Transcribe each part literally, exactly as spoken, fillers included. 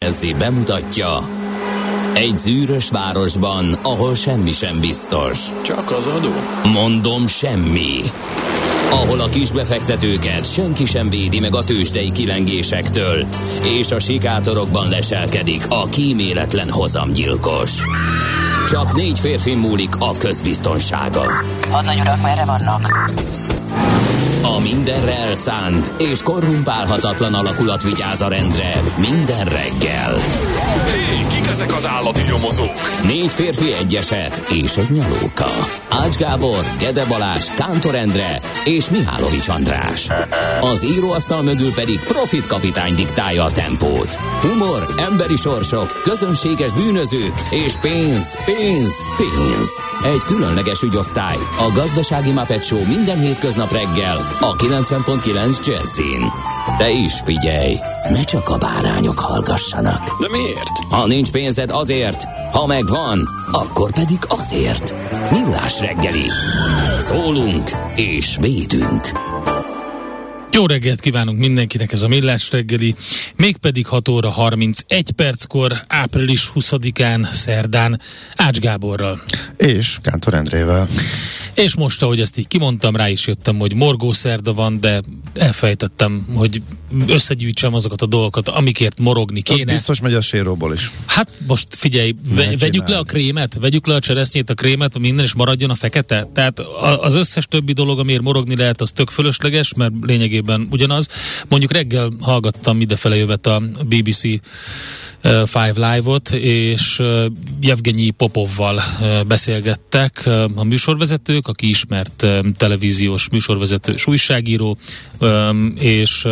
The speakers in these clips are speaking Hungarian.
Jazzy bemutatja: egy zűrös városban, ahol semmi sem biztos. Csak az adó? Mondom, semmi. Ahol a kisbefektetőket senki sem védi meg a tőzsdei kilengésektől, és a sikátorokban leselkedik a kíméletlen hozamgyilkos. Csak négy férfi múlik a közbiztonsága. Hadnagy urak, merre vannak? A mindenre elszánt és korrumpálhatatlan alakulat vigyáz a rendre minden reggel. Hé, kik ezek az állati nyomozók? Négy férfi, egy eset és egy nyalóka. Ács Gábor, Gede Balázs, Kántor Endre és Mihálovics András. Az íróasztal mögül pedig Profit kapitány diktálja a tempót. Humor, emberi sorsok, közönséges bűnözők és pénz, pénz, pénz. Egy különleges ügyosztály, a Gazdasági Muppet Show minden hétköznap reggel a kilencven pont kilenc Jazzin. De is figyelj, ne csak a bárányok hallgassanak. De miért? Ha nincs pénzed, azért, ha megvan, akkor pedig azért. Millás reggeli. Szólunk és védünk. Jó reggelt kívánunk mindenkinek, ez a Millás reggeli, mégpedig hat óra harmincegy perckor, április huszadikán, szerdán, Ács Gáborral. És Kántor Endrével. És most, ahogy ezt így kimondtam, rá is jöttem, hogy morgószerda van, de elfejtettem, hogy összegyűjtsem azokat a dolgokat, amikért morogni kéne. Biztos megy a séróból is. Hát most figyelj, ve- vegyük le a krémet, vegyük le a cseresznyét, a krémet, minden, és maradjon a fekete. Tehát az összes többi dolog, amiért morogni lehet, az tök fölösleges, mert lényegében ugyanaz. Mondjuk reggel hallgattam idefele jövet a bé bé cé Five Live-ot, és Jevgenyi Popovval beszélgettek a műsorvezetők, aki ismert televíziós műsorvezető és újságíró, és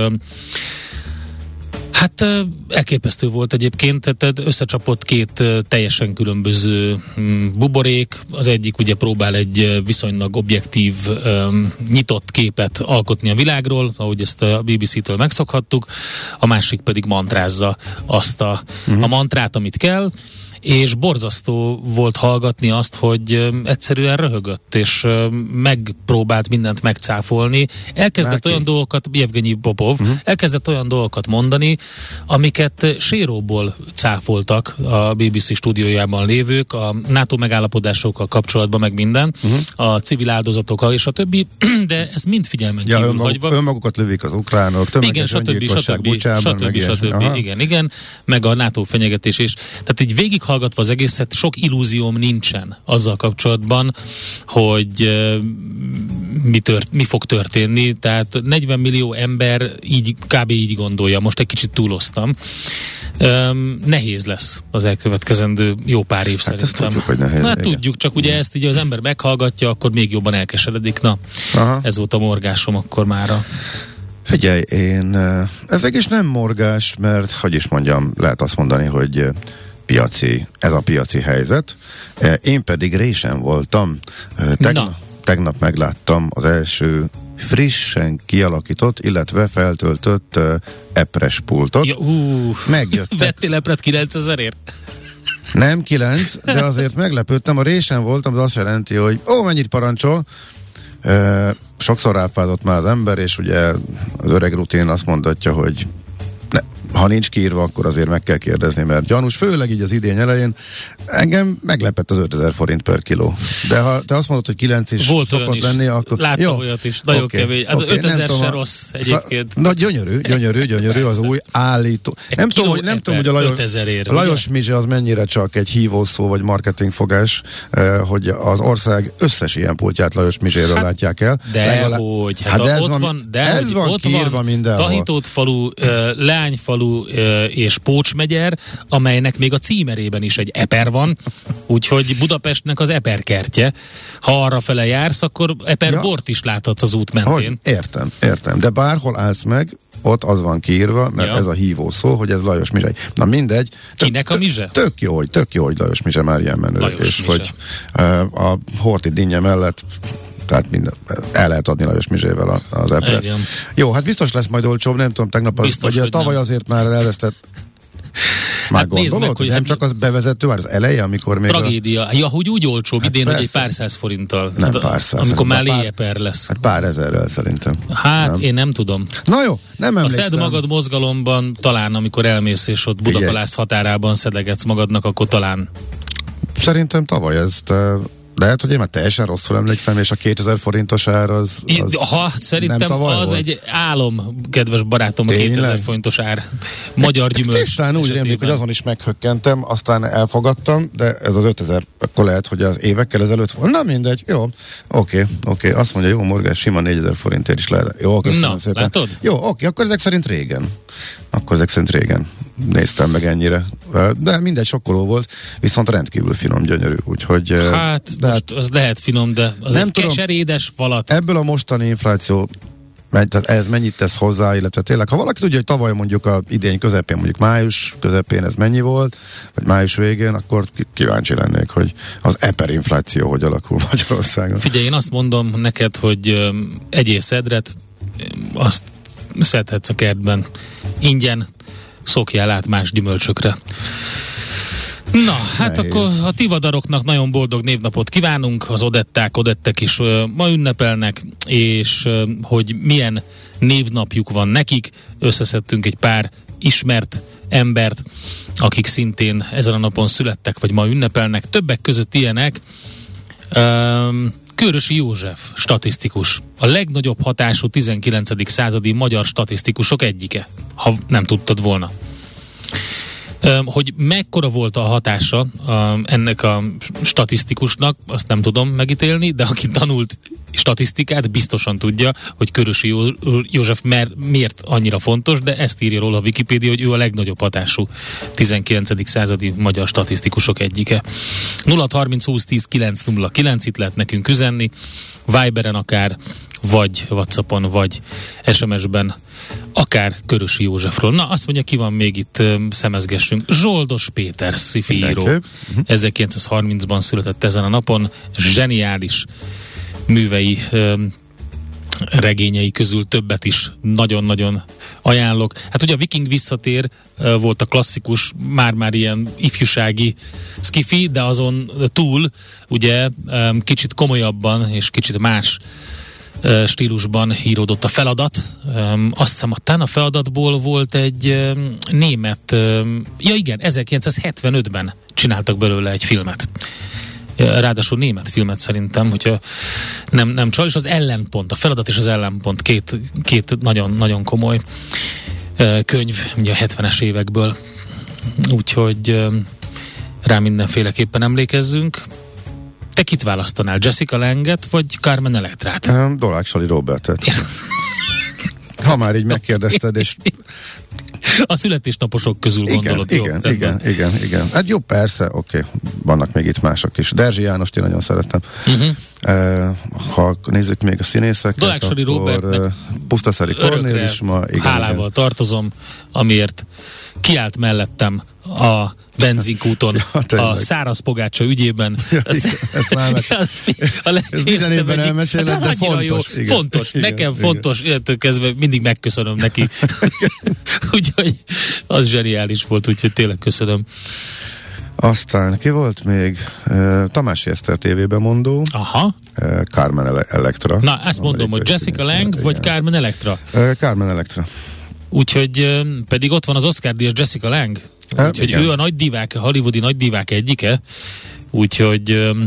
hát elképesztő volt egyébként, tehát összecsapott két teljesen különböző buborék. Az egyik ugye próbál egy viszonylag objektív, nyitott képet alkotni a világról, ahogy ezt a bé bé cé-től megszokhattuk, a másik pedig mantrázza azt a, uh-huh. a mantrát, amit kell, és borzasztó volt hallgatni azt, hogy egyszerűen röhögött, és megpróbált mindent megcáfolni. Elkezdett Máki. olyan dolgokat, Jevgenyi Popov, uh-huh. elkezdett olyan dolgokat mondani, amiket séróból cáfoltak a bé bé cé stúdiójában lévők, a NATO megállapodásokkal kapcsolatban, meg minden, uh-huh. a civil áldozatokkal és a többi, de ez mind figyelmen ja, kívül önmaguk, hagyva. Önmagukat lövik az ukránok, tömeges öngyilkosság Bucsában, stb. stb. Igen, igen, meg a NATO fenyegetés is. Tehát így végig hallgatva az egészet, sok illúzióm nincsen azzal kapcsolatban, hogy uh, mi, tört, mi fog történni, tehát negyven millió ember így, kb. Így gondolja, most egy kicsit túloztam. Um, nehéz lesz az elkövetkezendő jó pár év hát szerintem. Tudjuk, hogy nehéz, hát tudjuk, csak ugye ezt így az ember meghallgatja, akkor még jobban elkeseredik. Na, aha. Ez volt a morgásom akkor mára. Figyelj, én ez egész nem morgás, mert, hogy is mondjam, lehet azt mondani, hogy piaci, ez a piaci helyzet. Én pedig résen voltam. Tegnap, tegnap megláttam az első frissen kialakított, illetve feltöltött uh, epres pultot. Ja, uh, Megjöttek. Vettél epret kilencezerért? Nem kilenc, de azért meglepődtem. A résen voltam, de azt jelenti, hogy ó, mennyit parancsol. Uh, sokszor ráfázott már az ember, és ugye az öreg rutin azt mondatja, hogy ne, ha nincs kiírva, akkor azért meg kell kérdezni, mert gyanús, főleg így az idény elején engem meglepett az ötezer forint per kiló. De ha te azt mondod, hogy kilenc is volt szokott is. lenni, akkor... Láttam jó. Olyat is, nagyon okay. kevés. Az okay. ötezer se rossz egyébként. Na gyönyörű, gyönyörű, gyönyörű az új állító. Egy nem tudom, hogy, nem tudom, hogy a Lajos, a Lajos Mizse az mennyire csak egy hívószó vagy marketingfogás, eh, hogy az ország összes ilyen pultját Lajos Mizséről hát, látják el. De Legalább, hogy, hát, hát de ott van, van, de ez van ott kiírva mindenhol. Tahitót falu, Leányfalu és Pócs megyer, amelynek még a címerében is egy eper van, úgyhogy Budapestnek az eperkertje. Ha arra fele jársz, akkor eperbort ja. is láthatsz az út mentén. Hogy? Értem, értem. De bárhol állsz meg, ott az van kiírva, mert ja. ez a hívó szó, hogy ez Lajos Mizse. Na mindegy. Kinek a Mizse? Tök jó, hogy, tök jó, hogy Lajos Mizse már ilyen menő. Lajos és Mizse. Hogy uh, a Horthy dinnye mellett tehát minden, el lehet adni Lajos Mizsével a, az epret. Igen. Jó, hát biztos lesz majd olcsóbb, nem tudom, tegnap az, biztos, vagy tavaly nem. Azért már elvesztett Már hát gondolod, meg, hogy nem csak az bevezető, már az eleje, amikor még tragédia. A... Ja, hogy úgy olcsóbb hát idén, persze. hogy egy pár száz forinttal. Nem hát, pár száz. Amikor már léjeper lesz. Hát pár ezerrel szerintem. Hát nem. Én nem tudom. Na jó, nem emlékszem. A Szedd magad mozgalomban talán, amikor elmész és ott Budakalász határában szedegetsz magadnak, akkor talán. Szerintem tavaly ezt... Lehet, hogy én már teljesen rosszul emlékszem, és a kétezer forintos ár az, az ha, szerintem az volt. Egy álom, kedves barátom, tényleg? A kétezer forintos ár. Magyar gyümölcs. Tisztán úgy rémlik, hogy azon is meghökkentem, aztán elfogadtam, de ez az ötezer, akkor lehet, hogy az évekkel ezelőtt volt. Na mindegy, jó, oké, okay, oké, okay. Azt mondja, jó, Morgás, sima négyezer forintért is lehet. Jó, köszönöm Na, szépen. Látod? Jó, oké, okay, akkor ezek szerint régen. Akkor ezek szerint régen néztem meg ennyire. De mindegy, sokkoló volt, viszont rendkívül finom, gyönyörű, úgyhogy... Hát, de most hát, az lehet finom, de az egy keserédes falat. Ebből a mostani infláció, tehát ez mennyit tesz hozzá, illetve tényleg, ha valaki tudja, hogy tavaly mondjuk a idény közepén, mondjuk május közepén ez mennyi volt, vagy május végén, akkor kíváncsi lennék, hogy az eperinfláció hogy alakul Magyarországon. Figyelj, én azt mondom neked, hogy egyél szedret, azt szedhetsz a kertben ingyen, szokjál át más gyümölcsökre. Na, hát nehéz. Akkor a tivadaroknak nagyon boldog névnapot kívánunk, az odetták, odettek is uh, ma ünnepelnek, és uh, hogy milyen névnapjuk van nekik, összeszedtünk egy pár ismert embert, akik szintén ezen a napon születtek, vagy ma ünnepelnek. Többek között ilyenek um, Kőrösi József, statisztikus. A legnagyobb hatású tizenkilencedik századi magyar statisztikusok egyike, ha nem tudtad volna. Hogy mekkora volt a hatása a, ennek a statisztikusnak, azt nem tudom megítélni, de aki tanult statisztikát, biztosan tudja, hogy Kőrösi Jó, József mer, miért annyira fontos, de ezt írja róla a Wikipédia, hogy ő a legnagyobb hatású tizenkilencedik századi magyar statisztikusok egyike. nulla harminc húsz tíz kilenc nulla kilenc, itt lehet nekünk üzenni, Viberen akár, vagy WhatsAppon, vagy es em es-ben, akár Kőrösi Józsefről. Na, azt mondja, ki van még itt, um, szemezgessünk. Zsoldos Péter, sci-fi író. Uh-huh. ezerkilencszázharmincban született ezen a napon. Zseniális művei, um, regényei közül többet is nagyon-nagyon ajánlok. Hát ugye a Viking visszatér uh, volt a klasszikus, már-már ilyen ifjúsági sci-fi, de azon túl ugye um, kicsit komolyabban és kicsit más stílusban íródott a Feladat. Um, azt hiszem, aztán a Feladatból volt egy um, német, um, ja igen, ezerkilencszázhetvenötben csináltak belőle egy filmet. Ráadásul német filmet szerintem, hogyha nem, nem csal, és az Ellenpont, a Feladat és az Ellenpont két, két nagyon, nagyon komoly uh, könyv, ugye a hetvenes évekből. Úgyhogy um, rá mindenféleképpen emlékezzünk. Te kit választanál? Jessica Langet, vagy Carmen Electrát? Um, Dolák Sali Robertet. Ha már így megkérdezted, és... A születésnaposok közül igen, gondolod. Igen, jó, igen, igen, igen. Hát jó, persze, oké, okay. Vannak még itt mások is. Derzsi Jánost én nagyon szeretem. Uh-huh. Uh, ha nézzük még a színészeket, Dolák Sali Robertnek uh, Pusztaszeri Kornél is ma. Igen, hálával igen. tartozom, amiért kiállt mellettem a benzinkúton ja, a száraz pogácsa ügyében. Ja, igen, ezt már ez minden évben elmeséled, de fontos. Igen, fontos, igen, nekem igen. fontos, illetve kezdve mindig megköszönöm neki. Úgyhogy az zseniális volt, úgyhogy tényleg köszönöm. Aztán ki volt még? Uh, Tamási Eszter tévében mondó. Aha. Uh, Carmen Electra. Na, ezt mondom, hogy Jessica Lange vagy Carmen Electra? Uh, Carmen Electra. Úgyhogy uh, pedig ott van az Oscar-díjas Jessica Lange. Úgyhogy ő a nagy divák, a hollywoodi nagy divák egyike. Úgyhogy um,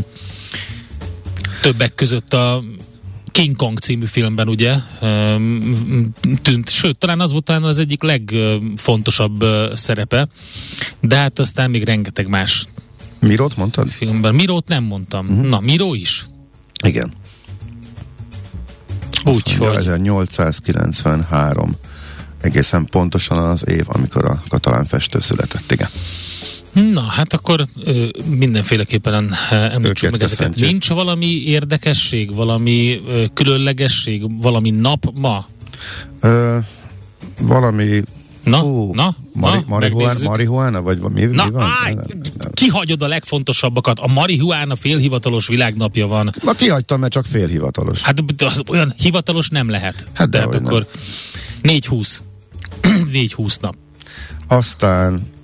többek között a King Kong című filmben ugye um, tűnt, sőt, talán az volt talán az egyik legfontosabb uh, szerepe, de hát aztán még rengeteg más Mirót mondtad? Filmben. Mirót nem mondtam. Uh-huh. Na, Miró is? Igen. Úgyhogy ezernyolcszázkilencvenhárom egészen pontosan az év, amikor a katalán festő született, igen. Na, hát akkor ö, mindenféleképpen említsük meg ezeket. Nincs valami érdekesség, valami ö, különlegesség, valami nap ma? Ö, valami Na, hú, na, mari, na marihuana, marihuana, vagy mi, na, mi van? Áj, kihagyod a legfontosabbakat. A marihuana félhivatalos világnapja van. Ma kihagytam, mert csak félhivatalos. Hát az olyan hivatalos nem lehet. Hát de hát akkor négy húsz. négy húsz nap. Aztán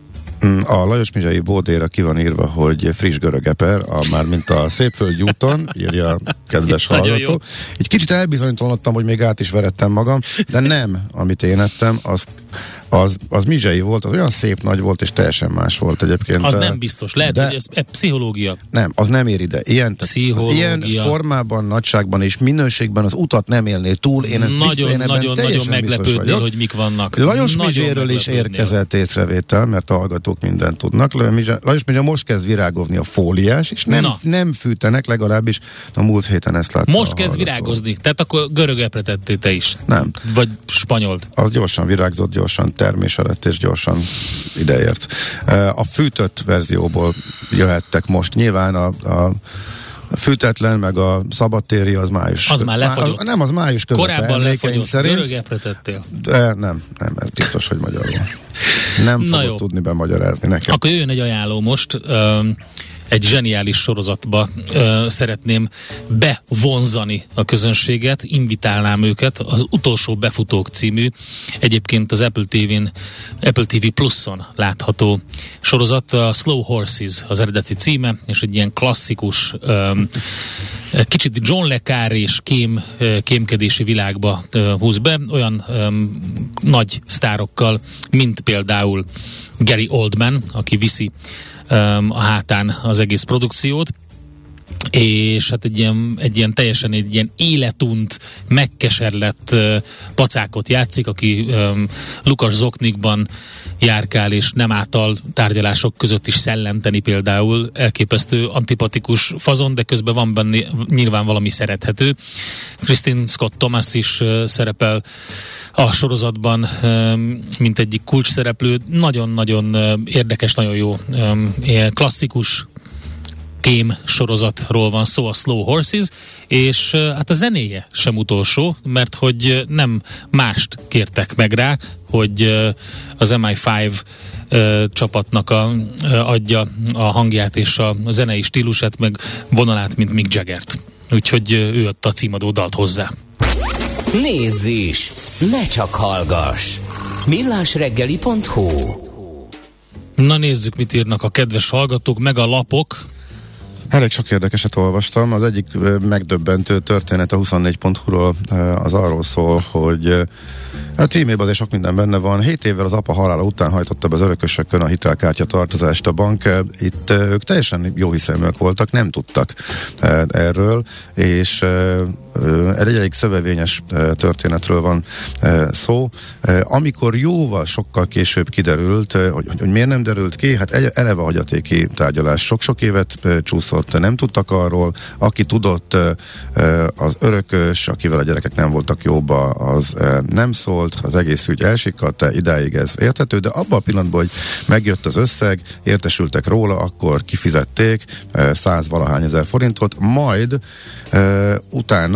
A Lajos Mizsai bódéra ki van írva, hogy friss görög eper, a, már mint a Szépföldi úton, írja a kedves hallgató. Egy kicsit elbizonytalanodtam, hogy még át is verettem magam, de nem, amit én ettem, az Az, az mizsei volt, az olyan szép nagy volt, és teljesen más volt egyébként. Az nem biztos. Lehet, de hogy ez, ez pszichológia. Nem, az nem ér ide. Ilyen, ilyen formában, nagyságban és minőségben az utat nem élné túl. Én ezt nagyon, biztos, nagyon, nagyon meglepődnél, hogy mik vannak. Lajos Mizséről is érkezett észrevétel, mert a hallgatók mindent tudnak. Lajos Mizsé most kezd virágozni a fóliás, és nem, nem fűtenek, legalábbis a múlt héten ezt láttam. Most kezd virágozni, tehát akkor görög epre tettél te is. Nem. Vagy spanyolt. Az gyorsan virágzott, gyorsan termése lett, és gyorsan ideért. A fűtött verzióból jöhettek most. Nyilván a, a fűtetlen, meg a szabadtéri az május. Az már lefagyott. Az, nem, az május között. Korábban lefagyott. Görög epre tettél. De nem, nem, ez biztos, hogy magyarul. Nem fogod tudni bemagyarázni nekem. Akkor jöjjön egy ajánló most. Um, egy zseniális sorozatba ö, szeretném bevonzani a közönséget, invitálnám őket, az Utolsó befutók című, egyébként az Apple té vén, Apple té vé Pluson látható sorozat, a Slow Horses az eredeti címe, és egy ilyen klasszikus, ö, kicsit John le Carré és kém, kémkedési világba ö, húz be, olyan ö, nagy sztárokkal, mint például Gary Oldman, aki viszi a hátán az egész produkciót, és hát egy ilyen, egy ilyen teljesen egy ilyen életunt, megkeserlett uh, pacákot játszik, aki um, Lukas Zoknikban járkál, és nem által tárgyalások között is szellenteni például, elképesztő antipatikus fazon, de közben van benne nyilván valami szerethető. Kristin Scott Thomas is uh, szerepel a sorozatban, mint egyik kulcsszereplő. Nagyon-nagyon érdekes, nagyon jó klasszikus kém sorozatról van szó, a Slow Horses, és hát a zenéje sem utolsó, mert hogy nem mást kértek meg rá, hogy az em i öt csapatnak a, adja a hangját és a zenei stílusát, meg vonalát, mint Mick Jaggert. Úgyhogy ő adta a címadó dalt hozzá. Nézz is! Ne csak hallgass! millásreggeli pont hu. Na nézzük, mit írnak a kedves hallgatók, meg a lapok. Elég sok érdekeset olvastam. Az egyik megdöbbentő történet a huszonnégy pont hu-ról az arról szól, hogy a címében azért sok minden benne van. Hét évvel az apa halála után hajtotta be az örökösökön a hitelkártya tartozást a bank. Itt ők teljesen jóhiszeműek voltak, nem tudtak erről, és egy elég szövevényes történetről van szó. Amikor jóval sokkal később kiderült, hogy, hogy miért nem derült ki, hát eleve a hagyatéki tárgyalás sok-sok évet csúszott, nem tudtak arról, aki tudott, az örökös, akivel a gyerekek nem voltak jóba, az nem szólt, az egész ügy elsikadt, idáig ez érthető, de abban a pillanatban, hogy megjött az összeg, értesültek róla, akkor kifizették száz valahány ezer forintot, majd utána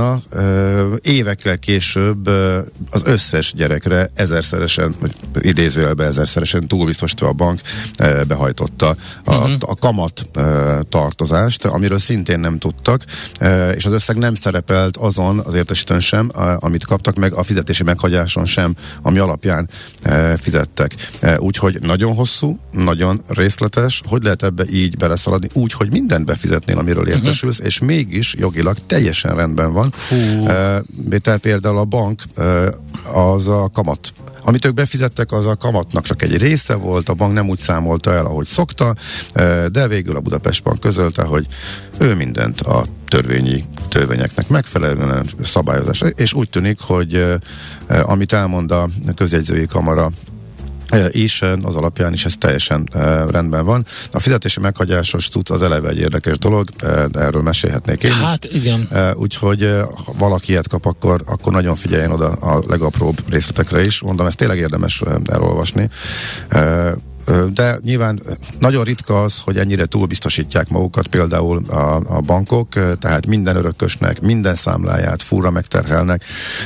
évekkel később az összes gyerekre ezerszeresen, idézőjelben ezerszeresen túlbiztosítva a bank behajtotta a, uh-huh. a kamat tartozást, amiről szintén nem tudtak, és az összeg nem szerepelt azon az értesítőn sem, amit kaptak, meg a fizetési meghagyáson sem, ami alapján fizettek. Úgyhogy nagyon hosszú, nagyon részletes, hogy lehet ebbe így beleszaladni, úgy, hogy mindent befizetnél, amiről értesülsz, uh-huh. és mégis jogilag teljesen rendben van. Uh, tehát például a bank uh, az a kamat. Amit ők befizettek, az a kamatnak csak egy része volt, a bank nem úgy számolta el, ahogy szokta, uh, de végül a Budapest Bank közölte, hogy ő mindent a törvényi törvényeknek megfelelően szabályozás. És úgy tűnik, hogy uh, amit elmond a közjegyzői kamara és az alapján is ez teljesen uh, rendben van. A fizetési meghagyásos cucc az eleve egy érdekes dolog, uh, de erről mesélhetnék én hát, is. igen. Uh, úgyhogy uh, ha valaki ilyet kap, akkor, akkor nagyon figyeljen oda a legapróbb részletekre is. Mondom, ezt tényleg érdemes uh, elolvasni. Uh, De nyilván nagyon ritka az, hogy ennyire túlbiztosítják magukat például a, a bankok, tehát minden örökösnek, minden számláját fúra megterhelnek,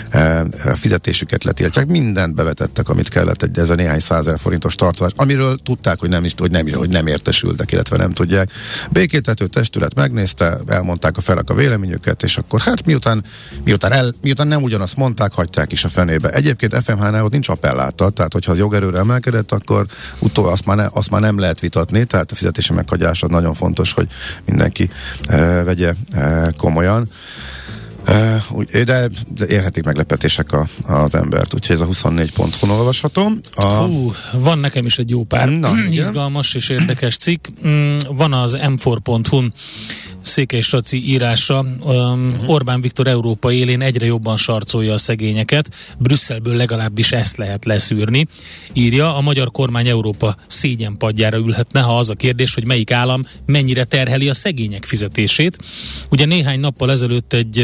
a fizetésüket letiltják, mindent bevetettek, amit kellett, egy, ez a néhány százezer forintos tartozás, amiről tudták, hogy nem, hogy nem, hogy nem értesültek, illetve nem tudják. Békéltető testület megnézte, elmondták a felek a véleményüket, és akkor hát miután, miután, el, miután nem ugyanazt mondták, hagyták is a fenébe. Egyébként ef em há-nál ott nincs appelláta, tehát hogyha az jogerőre emelkedett, akkor utol azt már, ne, azt már nem lehet vitatni, tehát a fizetési meghagyás az nagyon fontos, hogy mindenki e, vegye e, komolyan. E, de, de érhetik meglepetések a, az embert, úgyhogy ez a huszonnégy pont hu-n olvasható. A... Hú, van nekem is egy jó pár Na, izgalmas és érdekes cikk. Van az em négy pont hu-n Székely Saci írása. Um, uh-huh. Orbán Viktor Európa élén egyre jobban sarcolja a szegényeket. Brüsszelből legalábbis ezt lehet leszűrni. Írja, a magyar kormány Európa szégyenpadjára ülhetne, ha az a kérdés, hogy melyik állam mennyire terheli a szegények fizetését. Ugye néhány nappal ezelőtt egy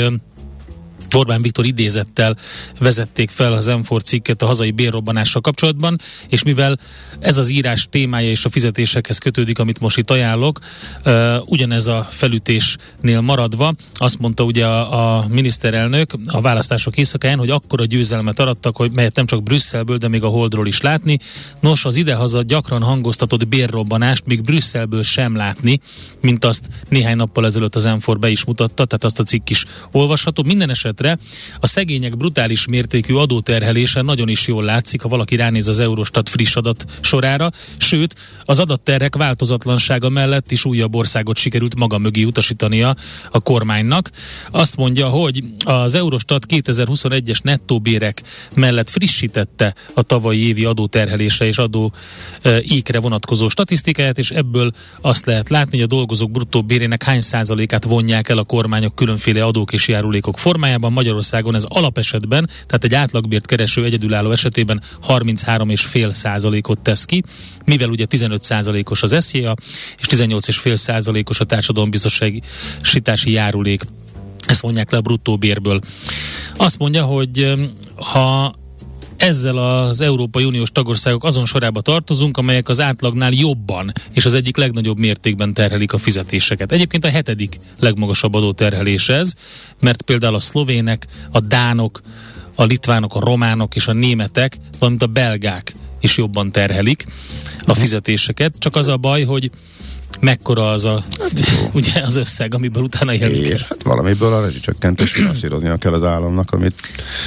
Orbán Viktor idézettel vezették fel az em négy cikket a hazai bérrobbanással kapcsolatban, és mivel ez az írás témája és a fizetésekhez kötődik, amit most itt ajánlok, uh, ugyanez a felütésnél maradva, azt mondta ugye a, a miniszterelnök a választások éjszakáján, hogy akkora győzelmet arattak, hogy melyet nem csak Brüsszelből, de még a Holdról is látni. Nos, az idehaza gyakran hangoztatott bérrobbanást még Brüsszelből sem látni, mint azt néhány nappal ezelőtt az em négy be is mutatta, tehát azt a cikk is olvasható. Minden eset a szegények brutális mértékű adóterhelése nagyon is jól látszik, ha valaki ránéz az Eurostat friss adat sorára, sőt, az adatterhek változatlansága mellett is újabb országot sikerült maga mögé utasítania a kormánynak. Azt mondja, hogy az Eurostat kétezer-huszonegyes nettó bérek mellett frissítette a tavalyi évi adóterhelésre és adó e, ékre vonatkozó statisztikáját, és ebből azt lehet látni, hogy a dolgozók bruttó bérének hány százalékát vonják el a kormányok különféle adók és járulékok formájában. Magyarországon ez alapesetben, tehát egy átlagbért kereső egyedülálló esetében harminchárom egész öt százalékot tesz ki, mivel ugye tizenöt százalékos az es zé á és tizennyolc egész öt százalékos a társadalombiztosítási járulék. Ezt vonják le a bruttó bérből. Azt mondja, hogy ha ezzel az Európai Uniós tagországok azon sorába tartozunk, amelyek az átlagnál jobban és az egyik legnagyobb mértékben terhelik a fizetéseket. Egyébként a hetedik legmagasabb adóterhelés ez, mert például a szlovének, a dánok, a litvánok, a románok és a németek, valamint a belgák is jobban terhelik a fizetéseket. Csak az a baj, hogy mekkora az a, ugye az összeg, amiből utána jelenik el. Hát valamiből a rezsicsökkentést finanszíroznia kell az államnak, amit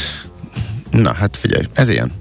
na, hát figyelj, ez ilyen.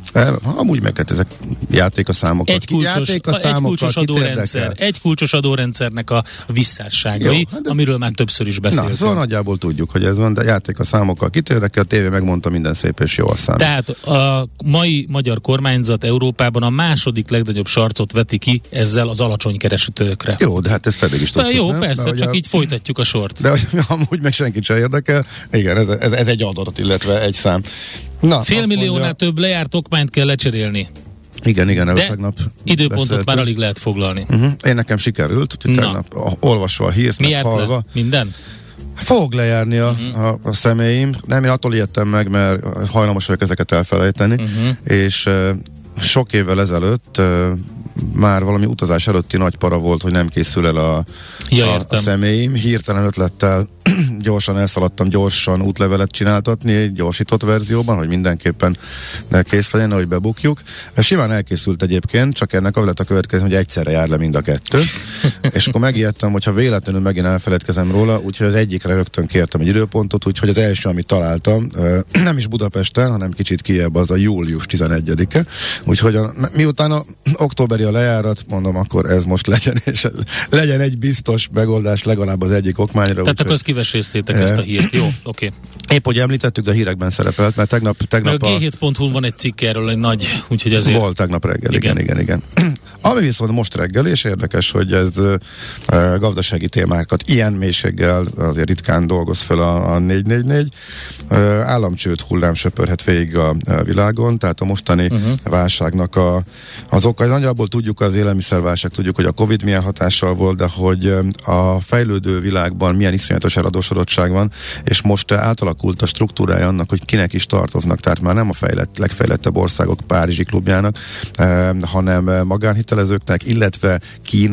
Amúgy meg hát ezek játék a számokkal. Egy kulcsos, egy kulcsos adórendszer. Egy kulcsos adórendszernek a visszásságai, jó, hát amiről már többször is beszéltünk. Na, szóval nagyjából tudjuk, hogy ez van, de játék a számokkal kit érdekel, a tévé megmondta, minden szép és jól számít. Tehát a mai magyar kormányzat Európában a második legnagyobb sarcot veti ki ezzel az alacsony keresőtőkre. Jó, de hát ezt eddig is tudtuk. Jó, nem? Persze, de, csak a... így folytatjuk a sort. De amúgy meg senkit sem érdekel. Igen, ez, ez, ez egy adat, illetve egy szám. Na, félmilliónál mondja... több lejárt okmányt kell lecserélni. Igen, igen, de tegnap időpontot beszéltünk. Már alig lehet foglalni. Uh-huh. Én nekem sikerült, úgyhogy tegnap olvasva a hírt, mi járt halva. Le? Minden? Fog lejárni a, uh-huh. a, a személyim. Nem, én attól ijedtem meg, mert hajlamos vagyok ezeket elfelejteni, uh-huh. és uh, sok évvel ezelőtt uh, már valami utazás előtti nagy para volt, hogy nem készül el a, ja, a, a személyim. Hirtelen ötlettel gyorsan elszaladtam gyorsan útlevelet csináltatni egy gyorsított verzióban, hogy mindenképpen kész legyen, hogy bebukjuk. Simán elkészült egyébként, csak ennek az lett a következő, hogy egyszerre jár le mind a kettő. És akkor megijedtem, hogyha véletlenül megint elfeledkezem róla, úgyhogy az egyikre rögtön kértem egy időpontot, úgyhogy az első, amit találtam, nem is Budapesten, hanem kicsit kijebb, az a július tizenegyedike. Úgyhogy a, miután a októberi a lejárat, mondom, akkor ez most legyen, és legyen egy biztos megoldás legalább az egyik okmányra. Tehát akkor kiveséztétek ezt a hírt, jó? Oké. Okay. Épp, hogy említettük, de a hírekben szerepelt, mert tegnap... tegnap a gé hét pont hu-n van egy cikk erről, egy nagy, úgyhogy azért... Volt tegnap reggel, igen, igen, igen. igen. Ami viszont most reggel, és érdekes, hogy ez e, gazdasági témákat ilyen mélységgel azért ritkán dolgoz fel a, a négy négy négy. E, államcsőd hullám söpörhet végig a, a világon, tehát a mostani uh-huh. válságnak a, az oka. Nagyjából tudjuk, az élelmiszerválság, tudjuk, hogy a Covid milyen hatással volt, de hogy a fejlődő világban milyen iszonyatos eladósodottság van, és most átalakult a struktúrája annak, hogy kinek is tartoznak, tehát már nem a fejlett, legfejlettebb országok Párizsi klubjának, eh, hanem magánhitelezőknek, illetve Kínának, és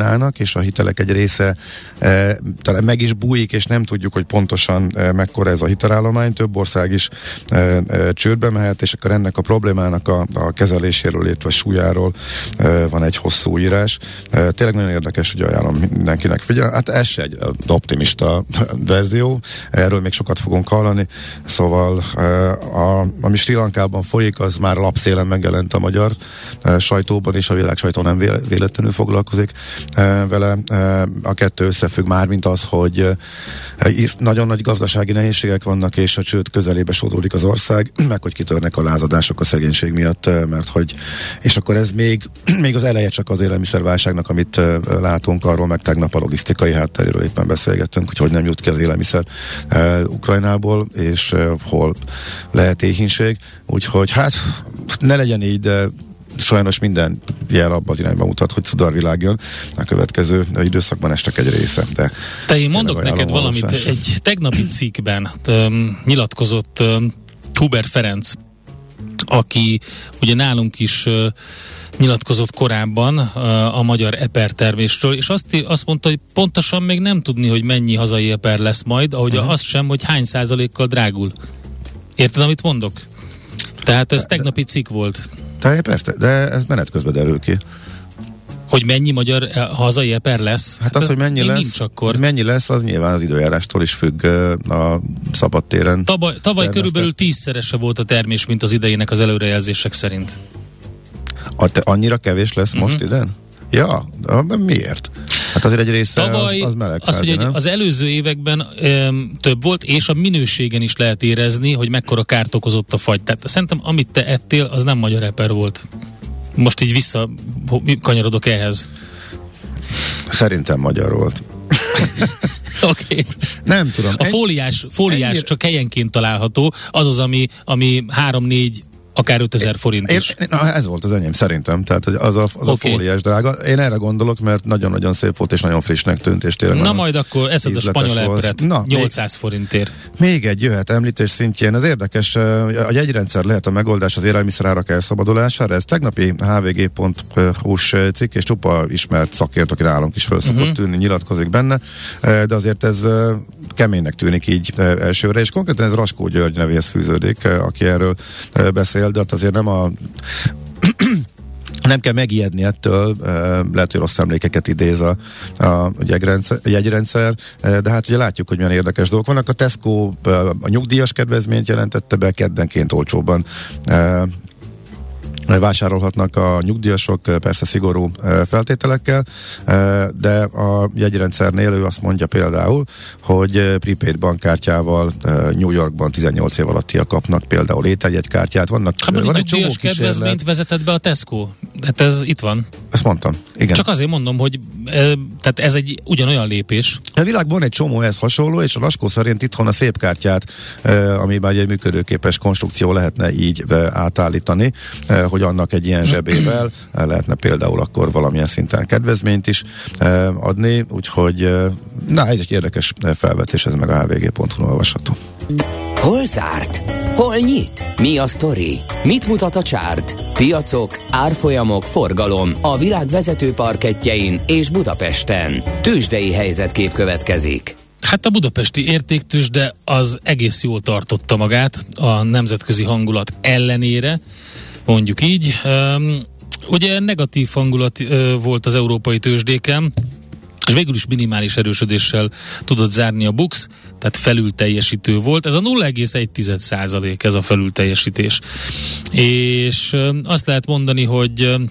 és a hitelek egy része e, talán meg is bújik, és nem tudjuk, hogy pontosan e, mekkora ez a hitelállomány. Több ország is e, e, csődbe mehet, és akkor ennek a problémának a, a kezeléséről, illetve súlyáról e, van egy hosszú írás. E, tényleg nagyon érdekes, hogy ajánlom mindenkinek figyelni. Hát ez se egy optimista verzió, erről még sokat fogunk hallani, szóval e, a, ami Sri Lankában folyik, az már lapszélen megjelent a magyar e, sajtóban, és a világ sajtó nem véletlenül foglalkozik e, vele. E, a kettő összefügg már, mint az, hogy e, nagyon nagy gazdasági nehézségek vannak, és a csőd közelébe sodródik az ország, meg hogy kitörnek a lázadások a szegénység miatt, e, mert hogy, és akkor ez még, még az eleje csak az élelmiszerválságnak, amit e, látunk, arról meg tegnap a logisztikai hátteréről éppen beszélgettünk, hogy hogy nem jut ki az élelmiszer e, Ukrajnából, és e, hol lehet éhínség, úgyhogy hát ne legyen így, de sajnos minden jel abban az irányba mutat, hogy szudarvilág jön. A következő időszakban estek egy része. De te én mondok neked valamit, valósás. Egy tegnapi cikkben um, nyilatkozott um, Huber Ferenc, aki ugye nálunk is uh, nyilatkozott korábban uh, a magyar epertermésről, és azt, azt mondta, hogy pontosan még nem tudni, hogy mennyi hazai eper lesz majd, ahogy uh-huh. azt sem, hogy hány százalékkal drágul. Érted, amit mondok? Tehát ez tegnapi cikk volt. Tehát persze, de ez menet közben derül ki. Hogy mennyi magyar hazai eper lesz? Hát, hát az, hogy mennyi lesz, nincs akkor. Mennyi lesz, az nyilván az időjárástól is függ a szabadtéren. Tavaly, tavaly körülbelül tízszerese volt a termés, mint az idejének az előrejelzések szerint. A te, annyira kevés lesz uh-huh. most idén? Ja, de miért? Hát azért egy része tavaly, az, az meleg. Azt mondja, hogy az előző években öm, több volt, és a minőségen is lehet érezni, hogy mekkora kárt okozott a fagy. Tehát szerintem, amit te ettél, az nem magyar eper volt. Most így vissza kanyarodok ehhez. Szerintem magyar volt. Oké. Okay. Nem tudom. A fóliás, fóliás ennyire... csak helyenként található, az az, ami, ami három-négy akár ötezer forint is. Én, na, ez volt az enyém szerintem, tehát az a, az okay. a fóliás drága. Én erre gondolok, mert nagyon-nagyon szép volt, és nagyon frissnek tűnt, és tényleg na majd akkor eszed a spanyol epret nyolcszáz forintért. Még egy jöhet említés szintjén, ez érdekes, a jegyrendszer lehet a megoldás az élelmiszerárak elszabadulására, ez tegnapi há vé gé pont hú-s cikk, és csupa ismert szakért, aki nálunk is föl szokott uh-huh. tűnni, nyilatkozik benne, de azért ez keménynek tűnik így elsőre, és konkrétan ez Raskó György nevéhez fűződik, aki erről beszél, de azért nem a nem kell megijedni ettől, lehet, hogy rossz emlékeket idéz a, a jegyrendszer, jegyrendszer, de hát ugye látjuk, hogy milyen érdekes dolgok vannak. A Tesco a nyugdíjas kedvezményt jelentette be, keddenként olcsóban vásárolhatnak a nyugdíjasok, persze szigorú feltételekkel, de a jegyrendszernél ő azt mondja például, hogy prepaid bankkártyával New Yorkban tizennyolc év alattiak kapnak például ételjegykártyát. Vannak, hát van egy nyugdíjas kedvezményt vezetett be a Tesco. Hát ez itt van. Ezt mondtam, igen. Csak azért mondom, hogy e, tehát ez egy ugyanolyan lépés. A világban egy csomó ez hasonló, és a Raskó szerint itthon a szép kártyát, e, ami már egy működőképes konstrukció lehetne így e, átállítani, e, hogy annak egy ilyen zsebével e, lehetne például akkor valamilyen szinten kedvezményt is e, adni, úgyhogy e, na, ez egy érdekes felvetés, ez meg a há vé gé pont hu-n olvasható. Hol zárt? Hol nyit? Mi a sztori? Mit mutat a csárt? Piacok, árfolyamok, forgalom a világ vezető parkettjein és Budapesten. Tőzsdei helyzetkép következik. Hát a budapesti értéktőzsde az egész jól tartotta magát a nemzetközi hangulat ellenére, mondjuk így. Um, ugye negatív hangulat uh, volt az európai tőzsdéken, és végül is minimális erősödéssel tudott zárni a BUX, tehát felülteljesítő volt. Ez a nulla egész egy százalék ez a felülteljesítés. És ö, azt lehet mondani, hogy ö,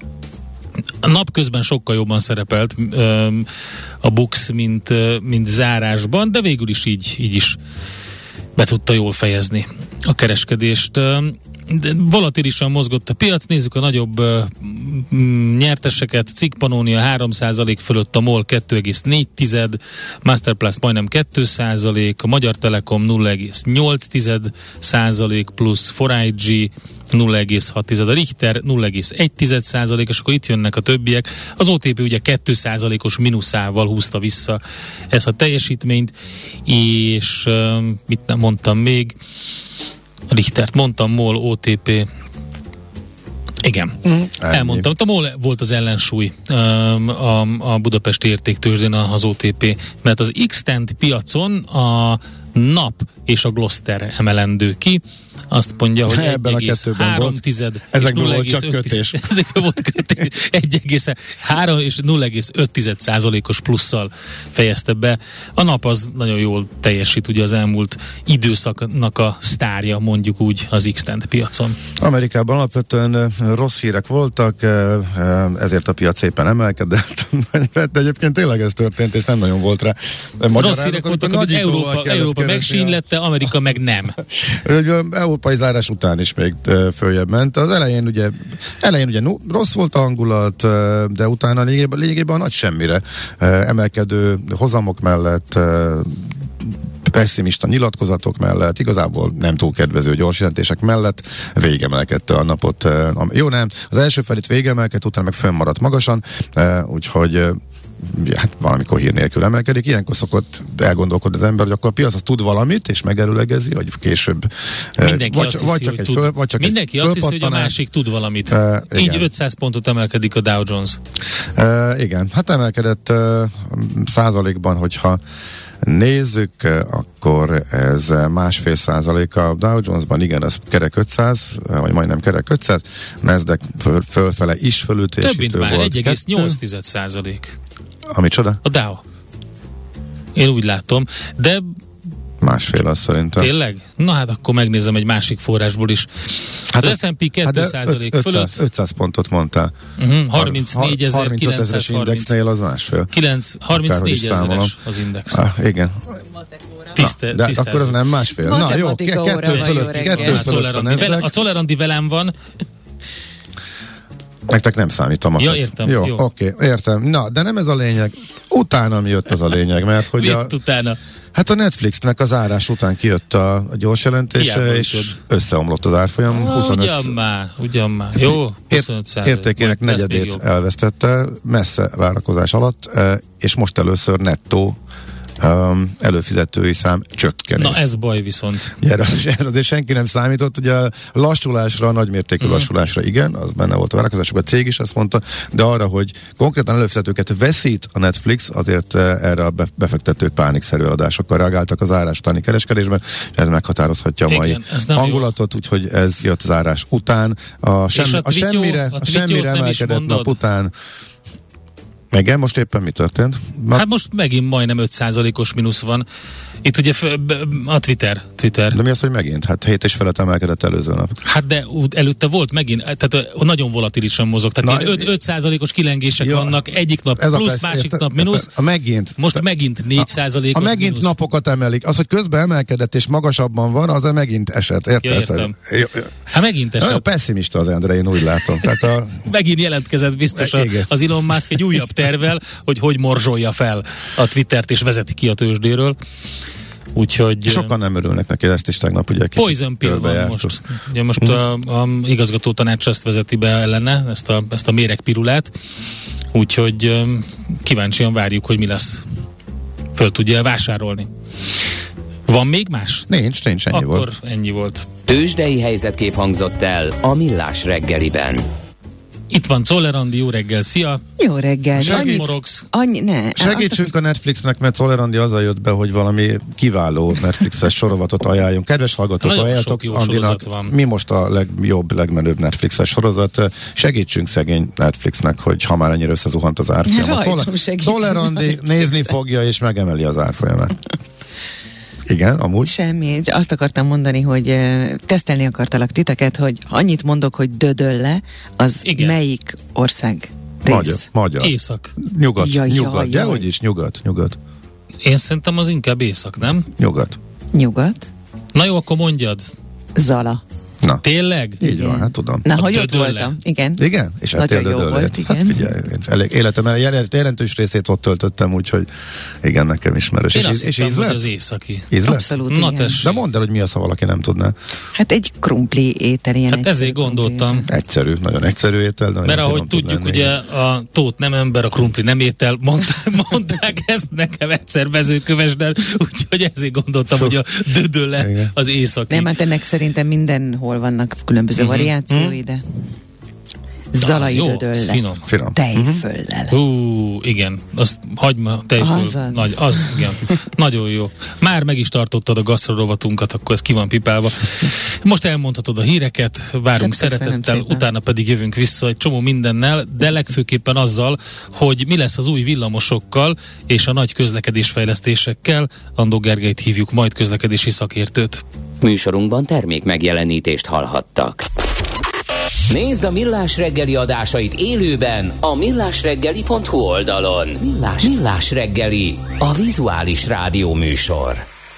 a napközben sokkal jobban szerepelt ö, a BUX, mint, ö, mint zárásban, de végül is így, így is be tudta jól fejezni a kereskedést. De volatilisan mozgott a piac, nézzük a nagyobb uh, nyerteseket, Cikk Pannonia három százalék fölött, a MOL kettő egész négy, Masterplast majdnem két százalék, a Magyar Telekom nulla egész nyolc százalék plusz, four I G nulla egész hat, a Richter nulla egész egy százalék, és akkor itt jönnek a többiek. Az o té pé ugye két százalékos mínuszával húzta vissza ezt a teljesítményt, és uh, mit nem mondtam még, Richtert mondtam, MOL, o té pé Igen, mm, elmondtam. A MOL volt az ellensúly a, a budapesti értéktőzsdén az o té pé, mert az X-Tent piacon a nap és a Gloster emelendő ki. Azt mondja, hogy egy egész három tized ezekből volt csak kötés. Ezekből volt kötés. egy egész három és nulla egész öt tized százalékos plusszal fejezte be. A nap az nagyon jól teljesít, ugye az elmúlt időszaknak a sztárja, mondjuk úgy az X-Tent piacon. Amerikában alapvetően rossz hírek voltak, ezért a piac szépen emelkedett. De egyébként tényleg ez történt, és nem nagyon volt rá. Rossz hírek voltak, hogy Európa, Európa megsínylette, Amerika meg nem. Európai zárás után is még följebb ment. Az elején ugye, elején ugye rossz volt a hangulat, de utána lényegében, lényegében a nagy semmire emelkedő hozamok mellett, pessimista nyilatkozatok mellett, igazából nem túl kedvező gyors jelentések mellett végemelkedte a napot. Jó, nem, az első felét végemelkedt, utána meg fönnmaradt magasan, úgyhogy hát valamikor hír nélkül emelkedik. Ilyenkor szokott elgondolkodni az ember, hogy akkor a piac az tud valamit, és megerőlegezi, vagy később mindenki vagy, azt hiszi, vagy csak hogy egy tud. föl, vagy csak mindenki egy azt hiszi, hogy a másik tud valamit. Uh, Így ötszáz pontot emelkedik a Dow Jones. Uh, igen, hát emelkedett uh, százalékban, hogyha nézzük, akkor ez másfél százalék a Dow Jonesban, igen, az kerek ötszáz, vagy majdnem kerek ötszáz, Nasdaq föl, fölfele is fölütésítő volt. Több mint már, egy egész nyolc százalék. Ami csoda? A Dow. Én úgy látom, de másfél az szerintem. Tényleg? Na hát akkor megnézem egy másik forrásból is. Hát az es and pé két százalék hát fölött. ötszáz pontot mondtál. Uh-huh, harmincnégyezer-kilencszáz harminc. Indexnél az másfél. harmincnégyezeres az index. Ah, igen. Tiszte, Na, de akkor az nem másfél. Na jó, kettő fölött, kettő fölött a Nasdaq. A Tolerandi velem van. Nektek nem számítom. Ja, értem. Jó, jó. Oké, értem. Na, de nem ez a lényeg. Utána mi jött az a lényeg, mert hogy a... utána? Hát a Netflixnek az árás után kijött a, a gyors jelentése, hiába és tudod. Összeomlott az árfolyam. Ah, huszonöt ugyan már, ugyan már. Jó, huszonöt százalék. Értékének negyedét elvesztette, messze várakozás alatt, és most először nettó Um, előfizetői szám csökkenés. Na ez baj viszont. Erre, erre azért senki nem számított, ugye a lassulásra, a nagymértékű uh-huh. lassulásra igen, az benne volt a várakozásokban, a cég is ezt mondta, de arra, hogy konkrétan előfizetőket veszít a Netflix, azért erre a befektetők pánikszerű adásokkal reagáltak az árás utáni kereskedésben, ez meghatározhatja a mai igen, hangulatot, úgyhogy ez jött az árás után. A, sem, a, a semmire, a semmire emelkedett nap után. Igen, most éppen mi történt? Ma... Hát most megint majdnem öt százalékos mínusz van. Itt ugye a Twitter. Twitter. De mi az, hogy megint? Hát hét és felett emelkedett előző nap. Hát de előtte volt megint, tehát nagyon volatilisan mozog. Tehát na, öt százalékos kilengések jó, vannak, egyik nap plusz, persze, másik érte, nap mínusz. A megint. Most te, megint négy százalékos A, a megint mínusz. Napokat emelik. Az, hogy közben emelkedett és magasabban van, az a megint esett. Érted? Ja, értem. Hát megint esett. A pessimista az Endre, én úgy látom. Tehát a... megint jelentkezett biztos a, az Elon Musk egy újabb tervvel, hogy hogy morzsolja fel a Twittert és vezeti ki a tőzsdéről. Úgyhogy... Sokan nem örülnek neki, ezt is tegnap ugye Poison Pill van most. Ugye most hmm. a, a igazgató tanács ezt vezeti be ellene, ezt a, ezt a méregpirulát. Úgyhogy um, kíváncsian várjuk, hogy mi lesz. Föl tudja vásárolni. Van még más? Nincs, nincs, ennyi Akkor volt. Akkor ennyi volt. Tőzsdei helyzetkép hangzott el a Millás reggeliben. Itt van Czoller Andi, jó reggel, szia! Jó reggel! Annyit morogsz. Annyi, ne, Segítsünk a Netflixnek, mert Czoller Andi azzal jött be, hogy valami kiváló Netflixes sorozatot ajánljunk. Kedves hallgatók, ajánljatok Andinak, mi most a legjobb, legmenőbb Netflixes sorozat. Segítsünk szegény Netflixnek, hogy ha már ennyire összezuhant az árfolyam. Czoller Andi nézni fogja és megemeli az árfolyamát. Igen, amúgy. Semmi, azt akartam mondani, hogy uh, tesztelni akartalak titeket, hogy annyit mondok, hogy Dödölle, az igen. Melyik ország rész? Magyar. Magyar. Észak. Nyugat. Jaj, nyugat. Jaj, De jaj. hogy is, nyugat, nyugat. Én szerintem az inkább észak, nem? Nyugat. Nyugat. Na jó, akkor mondjad. Zala. Na. Tényleg? Így igen. Van, hát tudom. Na, a hogy ott Dödölle. voltam. Igen. Igen? És nagyon jó volt, igen. Hát figyelj, elég életem jelentős részét ott töltöttem, úgyhogy igen, nekem ismerős. Én és azt és hittem, íz hogy lett? az északi. Íz lett? Abszolút, Na, igen. tessék. De mondd el, hogy mi az, ha valaki nem tudná. Hát egy krumpli étel, ilyen Hát ezért gondoltam. Egyszerű, nagyon egyszerű étel. De mert ahogy tudjuk, ugye a tót nem ember, a krumpli nem étel, mondták, mondták ezt nekem egyszer Mezőkövesden, úgyhogy ezért gondoltam, hogy a Dödölle az északi. Nem, hát ennek szerintem mindenhol vannak különböző uh-huh. variációi, de... Zalai dödölle. Finom. Finom. Tejföllel. Hú, igen, azt hagyma, tejföl, Azaz. nagy, az, igen, nagyon jó. Már meg is tartottad a gasztrorovatunkat, akkor ez ki van pipálva. Most elmondhatod a híreket, várunk Hát szeretettel, utána pedig jövünk vissza egy csomó mindennel, de legfőképpen azzal, hogy mi lesz az új villamosokkal és a nagy közlekedésfejlesztésekkel. Andó Gergelyt hívjuk, majd közlekedési szakértőt. Műsorunkban termék megjelenítést hallhattak. Nézd a Millás reggeli adásait élőben a millásreggeli pont hu oldalon. Millás, Millás reggeli, a vizuális rádió műsor.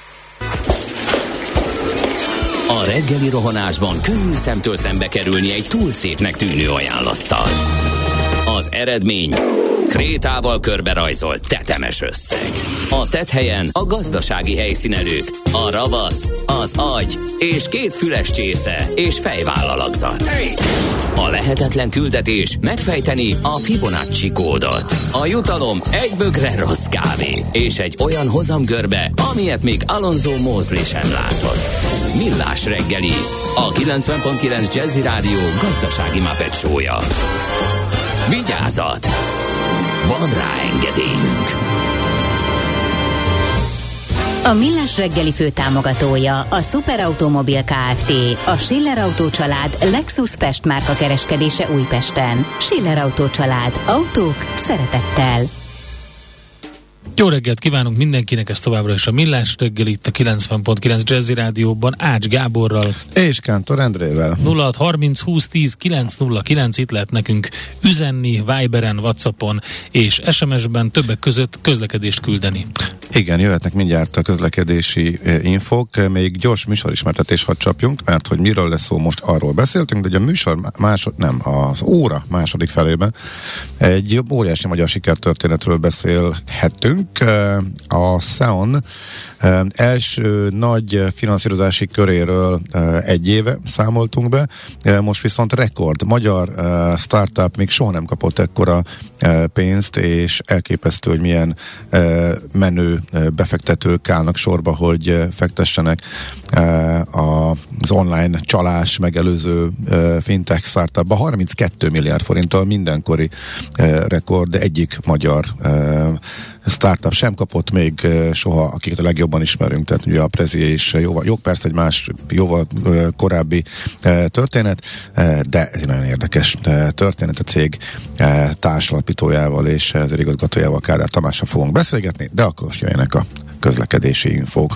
A reggeli rohanásban könnyű szemtől szembe kerülni egy túl szépnek tűnő ajánlattal. Az eredmény... krétával körberajzolt tetemes összeg. A tetthelyen a gazdasági helyszínelők, a ravasz, az agy és két füles csésze és fejvállalakzat. A lehetetlen küldetés megfejteni a Fibonacci kódot. A jutalom egy bögre rossz kávé és egy olyan hozamgörbe, amilyet még Alonso Mosley sem látott. Millás reggeli, a kilencven pont kilenc Jazzy Rádió gazdasági Muppet show-ja. Vigyázat! Van rá engedélyünk! A Millás reggeli főtámogatója a Superautomobil Kft. A Schiller Autó család Lexus Pest márka kereskedése Újpesten. Schiller Autó család. Autók szeretettel. Jó reggelt kívánunk mindenkinek, ez továbbra is a Millás reggel itt a kilencven pont kilenc Jazzy Rádióban Ács Gáborral és Kántor Endrével. nulla hat harminc húsz tíz kilenc nulla kilenc, itt lehet nekünk üzenni Viberen, WhatsAppon és es em es-ben, többek között közlekedést küldeni. Igen, jöhetnek mindjárt a közlekedési infók, még gyors műsorismertetést hadd csapjunk, mert hogy miről lesz szó, most arról beszéltünk, de ugye a műsor másod, nem, az óra második felében egy óriási magyar sikertörténetről beszélhettünk. A SEON első nagy finanszírozási köréről egy éve számoltunk be, most viszont rekord. Magyar startup még soha nem kapott ekkora pénzt, és elképesztő, hogy milyen menő befektetők állnak sorba, hogy fektessenek az online csalás megelőző fintech startupba. harminckettő milliárd forinttal mindenkori rekord, egyik magyar startup sem kapott még soha, akiket a legjobban ismerünk, tehát ugye a Prezi és jóval, jó, persze egy más, jóval korábbi történet, de ez egy nagyon érdekes történet, a cég társalapítójával és ezért igazgatójával, Kádár Tamással fogunk beszélgetni, de akkor most jöjjenek a közlekedési infók.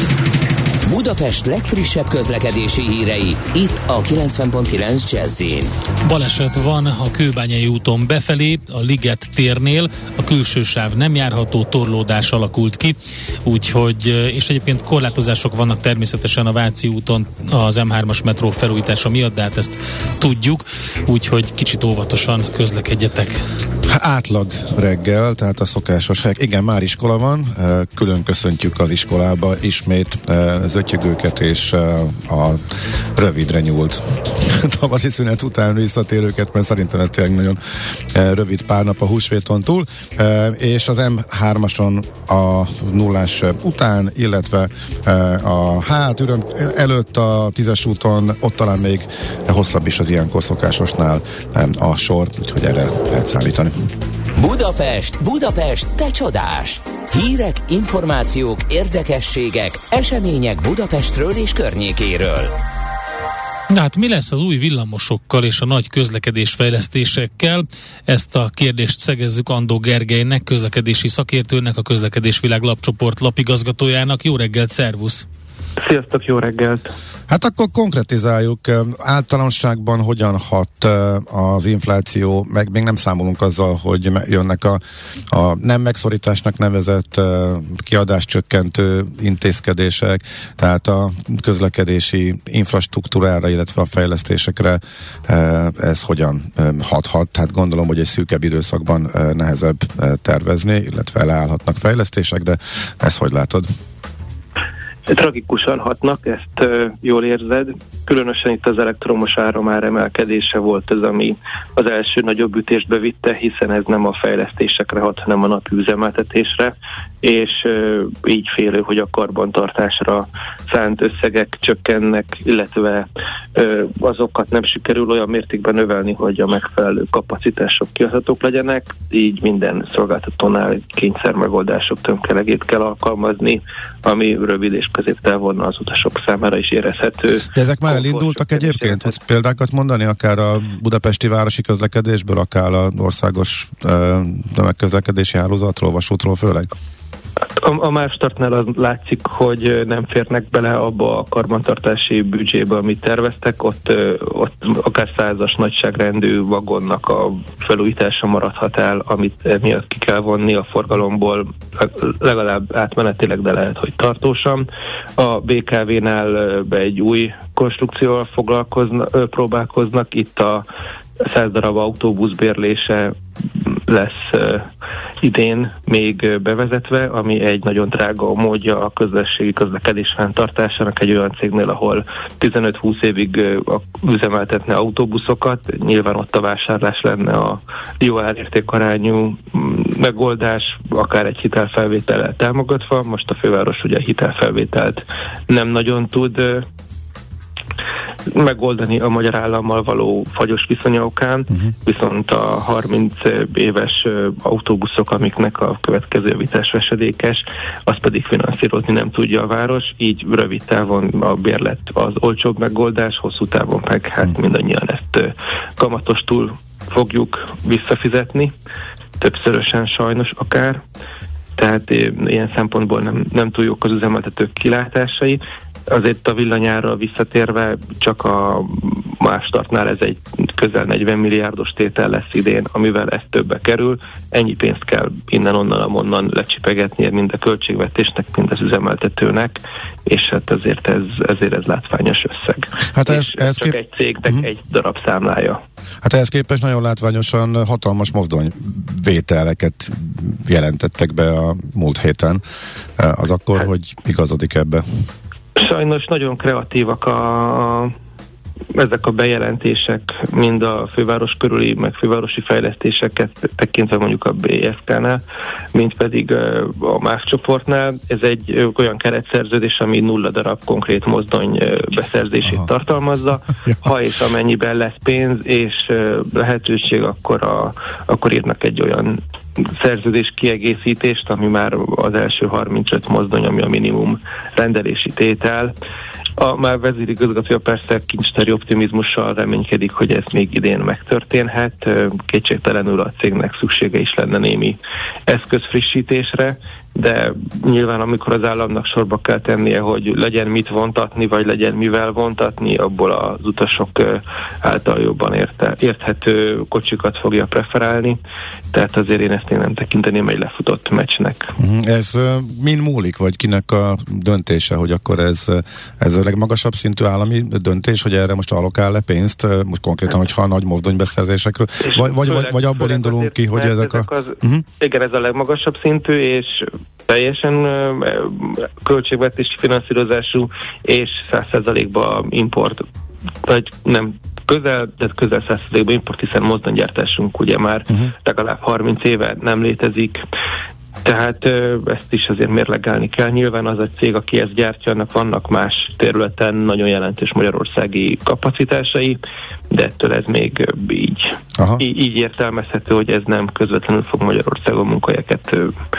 Budapest legfrissebb közlekedési hírei, itt a kilencven pont kilenc Jazzyn. Baleset van a Kőbányai úton befelé, a Liget térnél, a külső sáv nem járható, torlódás alakult ki, úgyhogy, és egyébként korlátozások vannak természetesen a Váci úton az em hármas metró felújítása miatt, de hát ezt tudjuk, úgyhogy kicsit óvatosan közlekedjetek. Átlag reggel, tehát a szokásos helyek. Igen, már iskola van, külön köszöntjük az iskolába ismét zötyögőket és a rövidre nyúlt tavaszi szünet után visszatérőket, mert szerintem ez tényleg nagyon rövid pár nap a húsvéton túl, és az em hármason a nullás után, illetve a hát üröm előtt a tízes úton, ott talán még hosszabb is az ilyenkor szokásosnál a sor, úgyhogy erre lehet szállítani. Budapest, Budapest, te csodás! Hírek, információk, érdekességek, események Budapestről és környékéről. Na hát mi lesz az új villamosokkal és a nagy közlekedésfejlesztésekkel? Ezt a kérdést szegezzük Andó Gergelynek, közlekedési szakértőnek, a Közlekedésvilág lapcsoport lapigazgatójának. Jó reggelt, szervusz! Sziasztok, jó reggelt! Hát akkor konkretizáljuk, általánosságban hogyan hat az infláció, meg még nem számolunk azzal, hogy jönnek a, a nem megszorításnak nevezett kiadáscsökkentő intézkedések, tehát a közlekedési infrastruktúrára, illetve a fejlesztésekre ez hogyan hathat. Tehát gondolom, hogy egy szűkebb időszakban nehezebb tervezni, illetve leállhatnak fejlesztések, de ezt hogy látod? Tragikusan hatnak, ezt uh, jól érzed. különösen itt az elektromos áramár emelkedése volt az, ami az első nagyobb ütést bevitte, hiszen ez nem a fejlesztésekre hat, hanem a napi üzemeltetésre, és így félő, hogy a karbantartásra szánt összegek csökkennek, illetve azokat nem sikerül olyan mértékben növelni, hogy a megfelelő kapacitások kiadhatók legyenek, így minden szolgáltatónál kényszermegoldások tömkelegét kell alkalmazni, ami rövid és középtávon az utasok számára is érezhető. De ezek már elindultak egyébként? Tudsz példákat mondani, akár a budapesti városi közlekedésből, akár az országos tömegközlekedési hálózatról, vasútról főleg? A, a Márstartnál az látszik, hogy nem férnek bele abba a karbantartási büdzsébe, amit terveztek, ott, ott akár százas nagyságrendű vagonnak a felújítása maradhat el, amit miatt ki kell vonni a forgalomból, legalább átmenetileg, de lehet, hogy tartósan. A bé ká vé-nál be egy új konstrukcióval foglalkoznak, próbálkoznak, itt a száz darab autóbusz bérlése lesz uh, idén még bevezetve, ami egy nagyon drága módja a közösségi közlekedés fenntartásának egy olyan cégnél, ahol tizenöt-húsz évig uh, üzemeltetne autóbuszokat. Nyilván ott a vásárlás lenne a jó árértékarányú megoldás, akár egy hitelfelvétellel támogatva. Most a főváros ugye hitelfelvételt nem nagyon tud uh, megoldani a magyar állammal való fagyos viszonya okán, uh-huh. viszont a harminc éves autóbuszok, amiknek a következő javítás vesedékes, azt pedig finanszírozni nem tudja a város, így rövid távon a bérlet az olcsóbb megoldás, hosszú távon meg hát uh-huh. mindannyian ezt kamatostul fogjuk visszafizetni, többszörösen sajnos akár, tehát ilyen szempontból nem, nem túl jók az üzemeltetők kilátásai. Azért a villanyárra visszatérve csak a Márstartnál ez egy közel negyven milliárdos tétel lesz idén, amivel ez többe kerül. Ennyi pénzt kell innen-onnan-amonnan lecsipegetnie mind a költségvetésnek, mind az üzemeltetőnek, és hát ezért ez, ezért ez látványos összeg. Hát ez, ez csak kép... egy cégnek uh-huh. egy darab számlája. Hát ehhez képest nagyon látványosan hatalmas mozdonyvételeket jelentettek be a múlt héten. Az akkor, hát, hogy igazodik ebbe? Sajnos nagyon kreatívak a, ezek a bejelentések, mind a főváros körüli, meg fővárosi fejlesztéseket tekintve mondjuk a bé es ká-nál, mint pedig a más csoportnál. Ez egy olyan keretszerződés, ami nulla darab konkrét mozdony beszerzését Aha. tartalmazza. Ha és amennyiben lesz pénz és lehetőség, akkor, a, akkor írnak egy olyan szerződés kiegészítést, ami már az első harmincöt mozdony, ami a minimum rendelési tétel. A már vezérigazgatója persze kincstári optimizmussal reménykedik, hogy ez még idén megtörténhet. Kétségtelenül a cégnek szüksége is lenne némi eszközfrissítésre, de nyilván amikor az államnak sorba kell tennie, hogy legyen mit vontatni, vagy legyen mivel vontatni, abból az utasok által jobban érte, érthető kocsikat fogja preferálni, tehát azért én ezt én nem tekinteném egy lefutott meccsnek. Ez min múlik, vagy kinek a döntése, hogy akkor ez, ez a legmagasabb szintű állami döntés, hogy erre most allokál-e pénzt, most konkrétan, hogyha a nagy mozdonybeszerzésekről, vagy, vagy, főleg, vagy abból indulunk azért, ki, hogy ezek, ezek a... Az, uh-huh. Igen, ez a legmagasabb szintű, és teljesen uh, költségvetési finanszírozású, és száz százalékban import, vagy nem közel, de közel száz százalékban import, hiszen mozdonygyártásunk ugye már uh-huh. legalább harminc éve nem létezik. Tehát ö, ezt is azért mérlegelni kell. Nyilván az a cég, aki ezt gyártja, annak vannak más területen nagyon jelentős magyarországi kapacitásai, de ettől ez még így, így, így értelmezhető, hogy ez nem közvetlenül fog Magyarországon munkahelyeket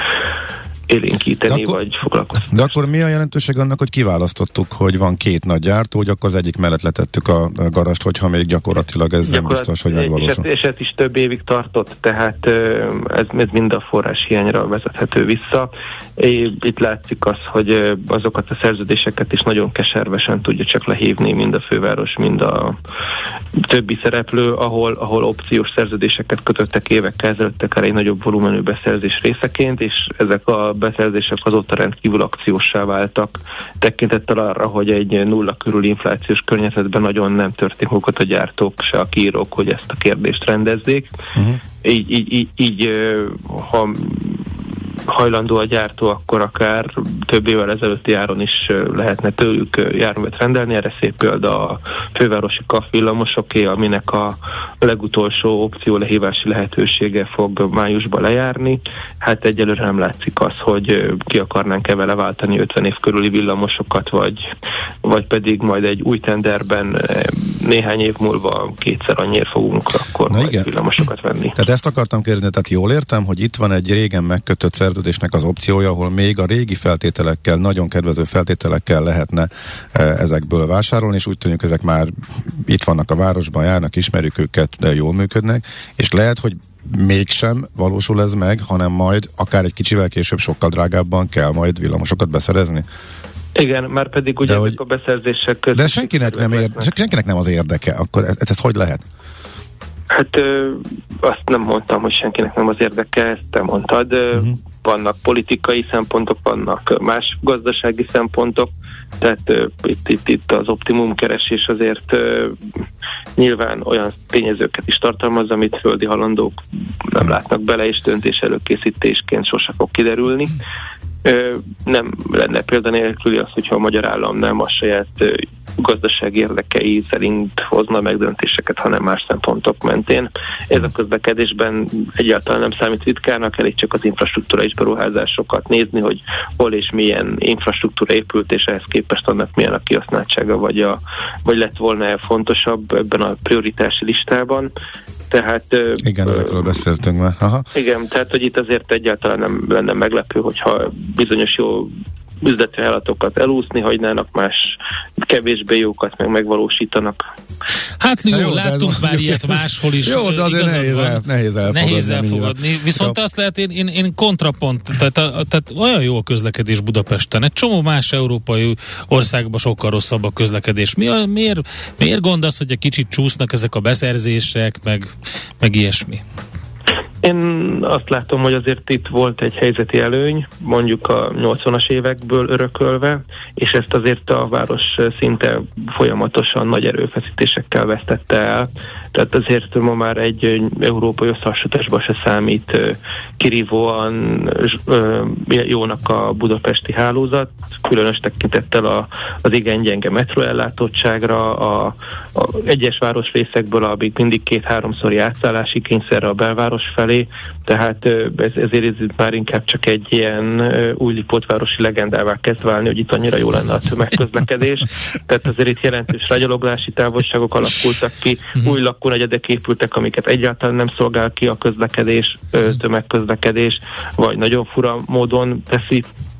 élénkíteni, akkor, vagy foglalkoztatni. De akkor mi a jelentőség annak, hogy kiválasztottuk, hogy van két nagy gyártó, hogy akkor az egyik mellett letettük a garast, hogyha még gyakorlatilag ez Gyakorlat, nem biztos, hogy megvalósul. És ez is több évig tartott, tehát ez, ez mind a forrás hiányra vezethető vissza. Itt látszik az, hogy azokat a szerződéseket is nagyon keservesen tudja csak lehívni mind a főváros, mind a többi szereplő, ahol, ahol opciós szerződéseket kötöttek évekkel ezelőtt, akár egy nagyobb volumenű beszerzés részeként, és ezek a beszerzések azóta rendkívül akcióssá váltak, tekintettel arra, hogy egy nulla körül inflációs környezetben nagyon nem történik magukat a gyártók, se a kiírók, hogy ezt a kérdést rendezzék. Uh-huh. Így, így, így, így ha hajlandó a gyártó, akkor akár több évvel ezelőtti áron is lehetne tőlük járművet rendelni. Erre szép példa a fővárosi ká á ef villamosoké, aminek a legutolsó opció lehívási lehetősége fog májusban lejárni. Hát egyelőre nem látszik az, hogy ki akarnánk-e vele váltani ötven év körüli villamosokat, vagy, vagy pedig majd egy új tenderben néhány év múlva kétszer annyiért fogunk akkor Na majd igen. villamosokat venni. Tehát ezt akartam kérdezni, tehát jól értem, hogy itt van egy régen megkötött szerződésnek az opciója, ahol még a régi feltételekkel, nagyon kedvező feltételekkel lehetne e, ezekből vásárolni, és úgy tűnik, ezek már itt vannak a városban, járnak, ismerjük őket, de jól működnek, és lehet, hogy mégsem valósul ez meg, hanem majd akár egy kicsivel később sokkal drágábban kell majd villamosokat beszerezni. Igen, már pedig ugye ezek a beszerzések között... De senkinek nem, ér, senkinek nem az érdeke, akkor ez, ez hogy lehet? Hát ö, azt nem mondtam, hogy senkinek nem az érdeke, ezt te mondtad. Uh-huh. Vannak politikai szempontok, vannak más gazdasági szempontok, tehát ö, itt, itt, itt az optimum keresés azért ö, nyilván olyan tényezőket is tartalmaz, amit földi halandók nem látnak bele, és döntés előkészítésként sose fog kiderülni. Ö, nem lenne példanélküli az, hogyha a magyar állam nem a saját ö, gazdasági érdekei szerint hozna meg döntéseket, hanem más szempontok mentén. Ez a közlekedésben egyáltalán nem számít ritkának, elég csak az infrastruktúrális beruházásokat nézni, hogy hol és milyen infrastruktúra épült, és ehhez képest annak milyen a kihasználtsága, vagy, a, vagy lett volna fontosabb ebben a prioritási listában. Tehát, igen, ö, ezekről beszéltünk már. Aha. Igen, tehát hogy itt azért egyáltalán nem lenne meglepő, hogyha bizonyos jó üzleti ajánlatokat elúszni hagynának, más kevésbé jókat meg megvalósítanak. Hát jó, jó láttunk már ilyet máshol is. Jó, de azért nehéz, el, nehéz elfogadni. Nehéz elfogadni. Viszont azt lehet, én, én, én kontrapont, tehát, a, tehát olyan jó a közlekedés Budapesten. Egy csomó más európai országban sokkal rosszabb a közlekedés. Mi a, miért, miért gond az, hogy egy kicsit csúsznak ezek a beszerzések, meg, meg ilyesmi? Én azt látom, hogy azért itt volt egy helyzeti előny, mondjuk a nyolcvanas évekből örökölve, és ezt azért a város szinte folyamatosan nagy erőfeszítésekkel vesztette el. Tehát azért ma már egy európai összehasonlításban se számít kirívóan jónak a budapesti hálózat, különös tekintettel a, az igen gyenge metroellátottságra, a, a egyes városrészekből a még mindig két-háromszori átszállási kényszerre a belváros felé, tehát ez, ezért ez már inkább csak egy ilyen új lipótvárosi legendává kezd válni, hogy itt annyira jó lenne a tömegközlekedés. Tehát azért itt jelentős ragyaloglási távolságok alakultak ki, mm-hmm. új lakónegyedek épültek, amiket egyáltalán nem szolgál ki a közlekedés, tömegközlekedés, vagy nagyon fura módon teszi.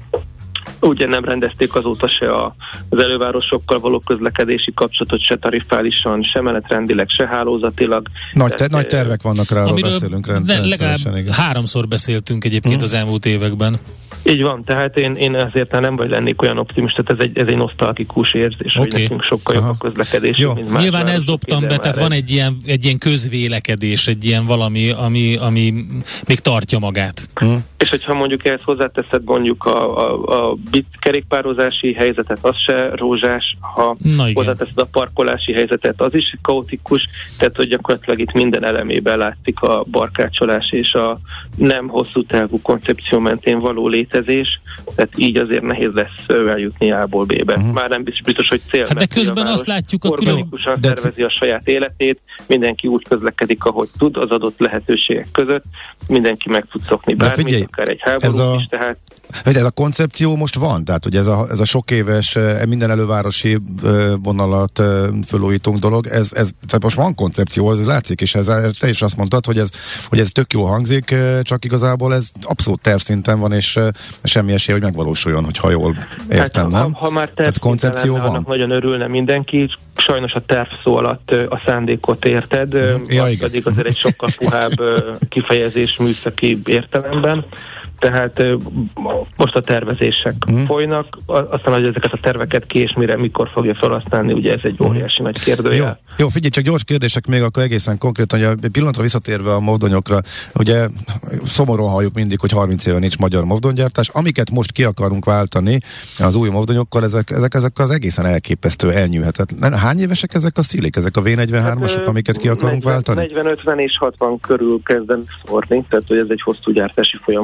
Ugye nem rendezték azóta se a, az elővárosokkal való közlekedési kapcsolatot, se tarifálisan, se menetrendileg, se hálózatilag. Nagy, te, Tehát, nagy tervek vannak rá, arról beszélünk rendszeresen. Legalább igen. háromszor beszéltünk egyébként hmm. az elmúlt években. Így van, tehát én, én azért nem vagy lennék olyan optimista, ez egy, ez egy nosztalgikus érzés, okay. hogy nekünk sokkal jobb a közlekedés, mint más. Nyilván ezt dobtam be, tehát van egy ilyen, egy ilyen közvélekedés, egy ilyen valami, ami, ami még tartja magát. Hmm. És hogyha mondjuk ehhez hozzáteszed mondjuk a, a, a kerékpározási helyzetet, az se rózsás, ha hozzáteszed a parkolási helyzetet, az is kaotikus, tehát hogy gyakorlatilag itt minden elemében látszik a barkácsolás és a nem hosszú távú koncepció mentén való létezés, tehát így azért nehéz lesz eljutni A-ból B-be. Uh-huh. Már nem biztos, hogy cél. Hát de közben azt látjuk, a organikusan külön... szervezi a saját életét, mindenki úgy közlekedik, ahogy tud, az adott lehetőségek között, mindenki meg tud szokni bármit, figyelj, akár egy háború a... is, tehát ez a koncepció most van, tehát hogy ez a, ez a sok éves, minden elővárosi vonalat fölújítunk dolog, ez, ez tehát most van koncepció, ez látszik, és ez, te is azt mondtad, hogy ez, hogy ez tök jó hangzik, csak igazából ez abszolút tervszinten van, és semmi esély, hogy megvalósuljon, hogyha jól értem, hát, nem? Ha, ha már tervszinten lenne, annak nagyon örülne mindenki, sajnos a terv szó alatt a szándékot érted, ja, az pedig azért egy sokkal puhább kifejezés műszaki értelemben. Tehát most a tervezések hmm. folynak, aztán, hogy ezeket a terveket ki és mire, mikor fogja felhasználni, ugye ez egy óriási nagy kérdőjel. Jó, Jó, figyelj, csak gyors kérdések még akkor egészen konkrétan, hogy egy pillanatra visszatérve a mozdonyokra, ugye szomorúan halljuk mindig, hogy harminc éve nincs magyar mozdonygyártás, amiket most ki akarunk váltani az új mozdonyokkal, ezek, ezek, ezek az egészen elképesztő, elnyűhetetlen. Hány évesek ezek a szílik, ezek a vé negyvenhármasok, hát, amiket ki akarunk váltani? negyven, ötven és hatvan körül kezdenek szórni, tehát hogy ez egy hosszú gyártási folyamat volt.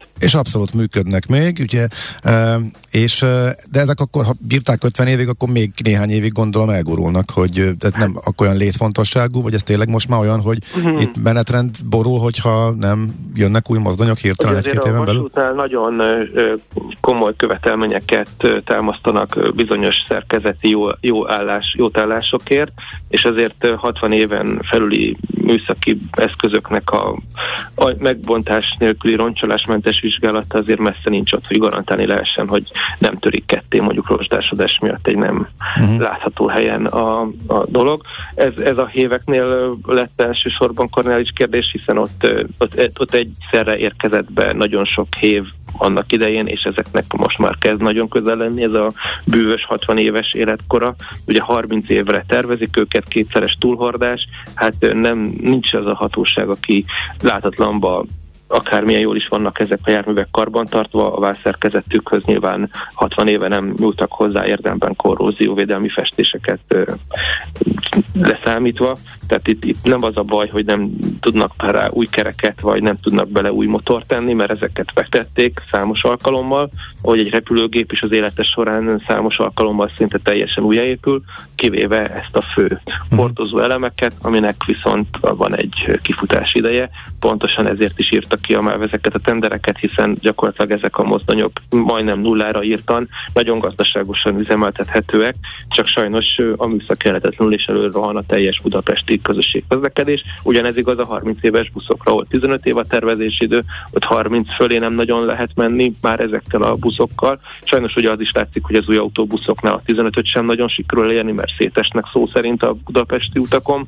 És abszolút működnek még, ugye, és, de ezek akkor, ha bírták ötven évig, akkor még néhány évig gondolom elgurulnak, hogy ez nem akkor olyan létfontosságú, vagy ez tényleg most már olyan, hogy uh-huh. itt menetrend borul, hogyha nem jönnek új mozdonyok hirtelen egy-két éven belül? A nagyon komoly követelményeket támasztanak bizonyos szerkezeti jó, jó, állás, jó állásokért, és azért hatvan éven felüli műszaki eszközöknek a, a megbontás nélküli roncsolásmentes vizsgálata azért messze nincs ott, hogy garantálni lehessen, hogy nem törik ketté mondjuk rostásodás miatt egy nem uh-huh. látható helyen a, a dolog. Ez, ez a héveknél lett elsősorban kardinális kérdés, hiszen ott, ott, ott egyszerre érkezett be nagyon sok hév annak idején, és ezeknek most már kezd nagyon közel lenni ez a bűvös hatvan éves életkora. Ugye harminc évre tervezik őket, kétszeres túlhordás, hát nem, nincs az a hatóság, aki látatlanba akármilyen jól is vannak ezek a járművek karbantartva, a válszerkezetükhöz nyilván hatvan éve nem nyúltak hozzá érdemben korrózióvédelmi festéseket ö, leszámítva. Tehát itt, itt nem az a baj, hogy nem tudnak rá új kereket, vagy nem tudnak bele új motort tenni, mert ezeket betették számos alkalommal, ahogy egy repülőgép is az élete során számos alkalommal szinte teljesen újjáépül, kivéve ezt a fő hordozó elemeket, aminek viszont van egy kifutási ideje. Pontosan ezért is írtak ki a MÁV ezeket a tendereket, hiszen gyakorlatilag ezek a mozdonyok majdnem nullára írtan, nagyon gazdaságosan üzemeltethetőek, csak sajnos a műszaki lehetetlenül is előre rohan a teljes budapesti közösségközlekedés. Ugyanez igaz a harminc éves buszokra, ahol tizenöt év a tervezési idő, ott harminc fölé nem nagyon lehet menni már ezekkel a buszokkal. Sajnos ugye az is látszik, hogy az új autóbuszoknál a tizenötöt sem nagyon sikerül elérni, mert szétesnek szó szerint a budapesti utakon.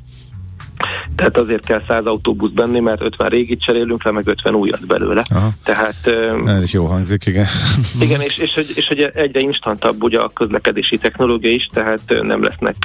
Tehát azért kell száz autóbusz benni, mert ötven régit cserélünk le, meg ötven újat belőle. Aha. Tehát, ez is jó hangzik, igen. Igen, és, és, és, és hogy egyre instantabb ugye a közlekedési technológia is, tehát nem lesznek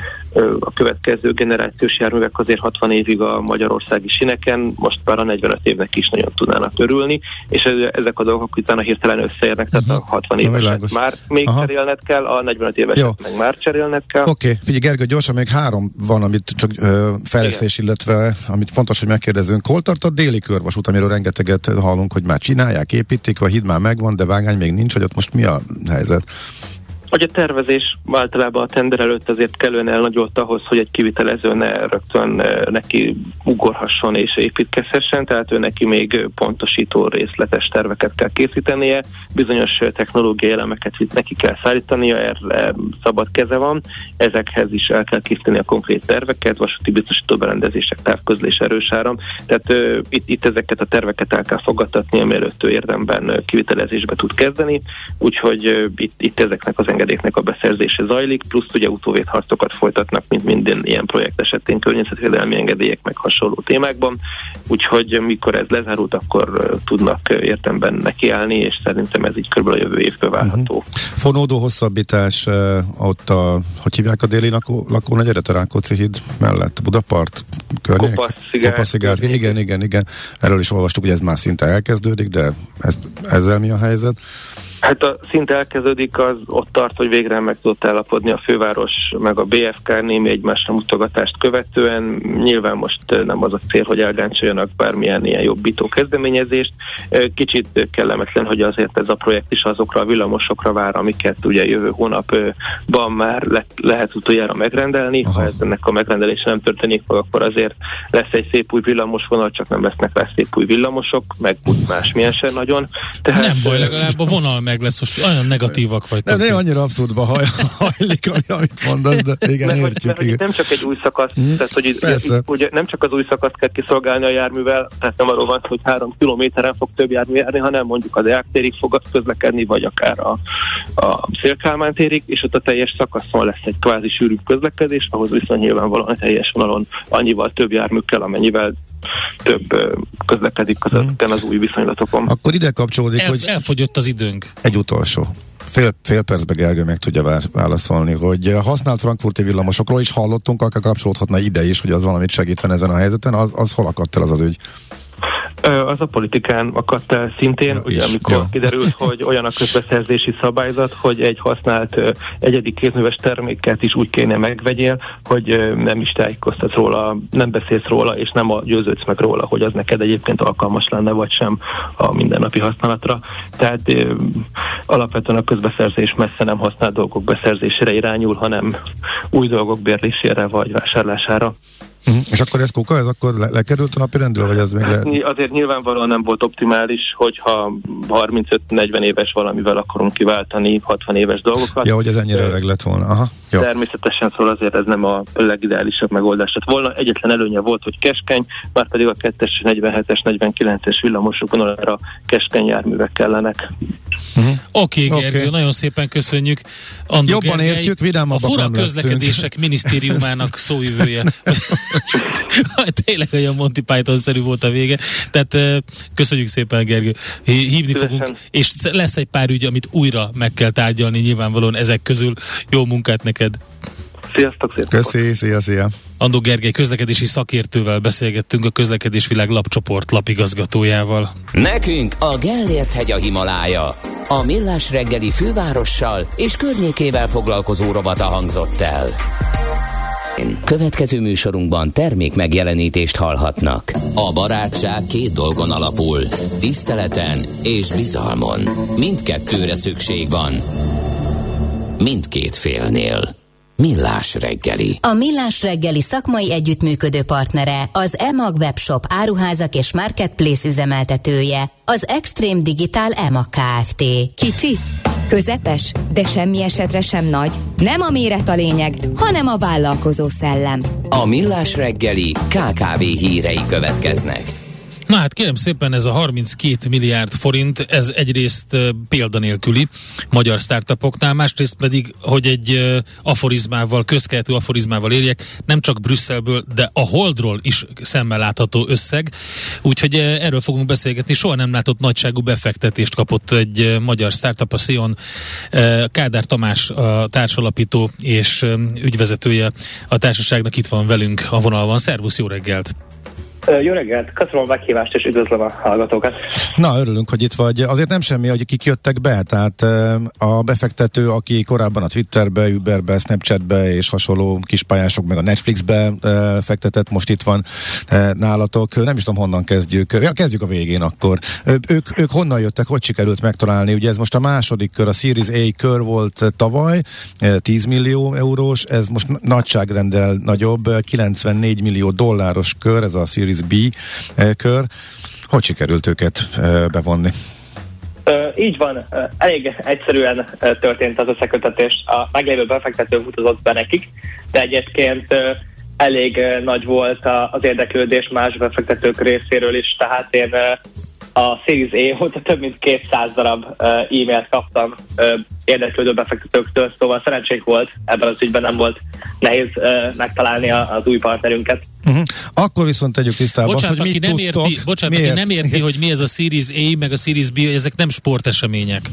a következő generációs járművek azért hatvan évig a magyarországi sineken, most már a negyvenöt évnek is nagyon tudnának örülni, és ezek a dolgok utána hirtelen összeérnek, tehát uh-huh. a hatvan éveset már még Aha. cserélned kell, a negyvenöt éveset Jó. meg már cserélned kell. Oké, okay. Figyelj Gergő, gyorsan még három van, amit csak ö, fejlesztés, Igen. illetve amit fontos, hogy megkérdezünk. Hol tart a déli körvasút, amiről rengeteget hallunk, hogy már csinálják, építik, a híd már megvan, de vágány még nincs, hogy ott most mi a helyzet? Hogy a tervezés általában a tender előtt azért kellően elnagyolt ahhoz, hogy egy kivitelező ne rögtön neki ugorhasson és építkezhessen, tehát ő neki még pontosító részletes terveket kell készítenie, bizonyos technológiai elemeket neki kell szállítania, erre szabad keze van, ezekhez is el kell készíteni a konkrét terveket, vasúti biztosító berendezések, távközlés, erős áram, tehát uh, itt, itt ezeket a terveket el kell fogadtatni, mielőtt ő érdemben kivitelezésbe tud kezdeni, úgyhogy uh, itt, itt ezeknek az engedélyeknek a beszerzése zajlik, plusz ugye utóvédharcokat folytatnak, mint minden ilyen projekt esetén, környezetvédelmi engedélyek meg hasonló témákban, úgyhogy mikor ez lezárult, akkor tudnak értemben nekiállni, és szerintem ez így körülbelül a jövő évből várható. Uh-huh. Fonódó hosszabbítás ott a, hogy hívják a déli lakó, lakónegyedet, a Rákóczi híd mellett, Budapart környék? Kopaszigát. Kopaszigát. Igen, igen, igen. Erről is olvastuk, hogy ez már szinte elkezdődik, de ez, ezzel mi a helyzet? Hát a szint elkezdődik, az ott tart, hogy végre meg tudott állapodni a főváros meg a bé ef ká némi egymásra mutogatást követően. Nyilván most nem az a cél, hogy elgáncsoljanak bármilyen ilyen jobbító kezdeményezést. Kicsit kellemetlen, hogy azért ez a projekt is azokra a villamosokra vár, amiket ugye jövő hónapban már le- lehet utoljára megrendelni. Aha. Ha ennek a megrendelése nem történik meg, akkor azért lesz egy szép új villamosvonal, csak nem lesznek rá szép új villamosok, meg másmilyen sem nagyon. Tehát, nem baj, legalább a vonal meg lesz, most olyan negatívak vagytok. Nem, nem annyira abszurdba haj, hajlik, ami, amit mondasz, de igen, mert, értjük. Mert, igen. Nem csak egy új szakasz, hmm. tehát hogy itt, ugye nem csak az új szakaszt kell kiszolgálni a járművel, tehát nem arról van, hogy három kilométeren fog több jármű járni, hanem mondjuk az Deák térig fog közlekedni, vagy akár a, a Széll-Kálmán térig, és ott a teljes szakaszon lesz egy kvázi sűrű közlekedés, ahhoz viszont nyilvánvalóan a teljes vonalon annyival több jármű kell, amennyivel több közlekedik közötten az új viszonylatokon. Akkor ide kapcsolódik, El, hogy... Elfogyott az időnk. Egy utolsó. Fél, fél percbe Gergő meg tudja válaszolni, hogy használt frankfurti villamosokról is hallottunk, akár kapcsolódhatna ide is, hogy az valamit segítene ezen a helyzeten, az, az hol akadt el az az ügy? Az a politikán akadt el szintén, ja, ugye, amikor ja. kiderült, hogy olyan a közbeszerzési szabályzat, hogy egy használt egyedi kézműves terméket is úgy kéne megvegyél, hogy nem is tájékoztatsz róla, nem beszélsz róla, és nem a győződsz meg róla, hogy az neked egyébként alkalmas lenne, vagy sem a mindennapi használatra. Tehát ö, alapvetően a közbeszerzés messze nem használt dolgok beszerzésére irányul, hanem új dolgok bérlésére vagy vásárlására. Uh-huh. És akkor ez kuka, ez akkor le- lekerült a napirendről, vagy ez még hát, lehet? Azért nyilvánvalóan nem volt optimális, hogyha harmincöt-negyven éves valamivel akarunk kiváltani hatvan éves dolgokat. Ja, hogy ez ennyire öreg lett volna. Aha, jó. Természetesen szóval azért ez nem a legideálisabb megoldás. Tehát volna egyetlen előnye volt, hogy keskeny, már pedig a kettes, negyvenhetes, negyvenkilences villamosokon arra keskeny járművek kellenek. Uh-huh. Oké, okay, Gergő, okay. Nagyon szépen köszönjük. Andó Jobban Gergely, értjük, vidámabbak a fura nem közlekedések lettünk. minisztériumának szóvivője. Tényleg olyan Monty Python-szerű volt a vége. Tehát uh, köszönjük szépen, Gergő. Hívni Szívesen. fogunk, és lesz egy pár ügy, amit újra meg kell tárgyalni nyilvánvalóan ezek közül. Jó munkát neked! Sziasztok, sziasztok! Köszi, szia, szia! Andó Gergely közlekedési szakértővel beszélgettünk, a Közlekedésvilág lapcsoport lapigazgatójával. Nekünk a Gellért hegy a Himalája. A Millás reggeli fővárossal és környékével foglalkozó rovata hangzott el. Következő műsorunkban termék megjelenítést hallhatnak. A barátság két dolgon alapul: tiszteleten és bizalmon. Mindkettőre szükség van. Mindkét félnél. Millás reggeli. A Millás reggeli szakmai együttműködő partnere, az e-mag webshop áruházak és marketplace üzemeltetője, az Extreme Digital e-mag Kft. Kicsi, közepes, de semmi esetre sem nagy. Nem a méret a lényeg, hanem a vállalkozó szellem. A Millás reggeli ká ká vé hírei következnek. Na hát kérem szépen, ez a harminckét milliárd forint, ez egyrészt uh, példanélküli magyar startupoknál, másrészt pedig, hogy egy uh, aforizmával, közkeletű aforizmával érjek, nem csak Brüsszelből, de a Holdról is szemmel látható összeg. Úgyhogy uh, erről fogunk beszélgetni. Soha nem látott nagyságú befektetést kapott egy uh, magyar startup, a Szion. Uh, Kádár Tamás a társalapító és uh, ügyvezetője a társaságnak itt van velünk a vonalban. Szervusz, jó reggelt! Jó reggelt, köszönöm a meghívást, és üdvözlöm a hallgatókat. Na, örülünk, hogy itt vagy. Azért nem semmi, hogy kik jöttek be, tehát a befektető, aki korábban a Twitterbe, Uberbe, Snapchatbe és hasonló kispályások, meg a Netflixbe fektetett, most itt van nálatok. Nem is tudom, honnan kezdjük. Ja, kezdjük a végén akkor. Ők, ők honnan jöttek, hogy sikerült megtalálni? Ugye ez most a második kör, a Series A kör volt tavaly, tíz millió eurós, ez most nagyságrendel nagyobb, kilencvennégy millió dolláros kör, ez a Series B kör. Hogy sikerült őket bevonni? Uh, így van, uh, elég egyszerűen uh, történt az összekötetés. A meglévő befektető utazott be nekik, de egyébként uh, elég uh, nagy volt a, az érdeklődés más befektetők részéről is, tehát én uh, a Series A óta több mint kétszáz darab uh, e-mailt kaptam uh, érdeklődő befektetőktől, szóval szerencsénk volt, ebben az ügyben nem volt nehéz uh, megtalálni a, az új partnerünket. Uh-huh. Akkor viszont tegyük tisztába azt, hogy mit nem tudtok. Érti, bocsánat, aki nem érti, hogy mi ez a Series A, meg a Series B, ezek nem sportesemények.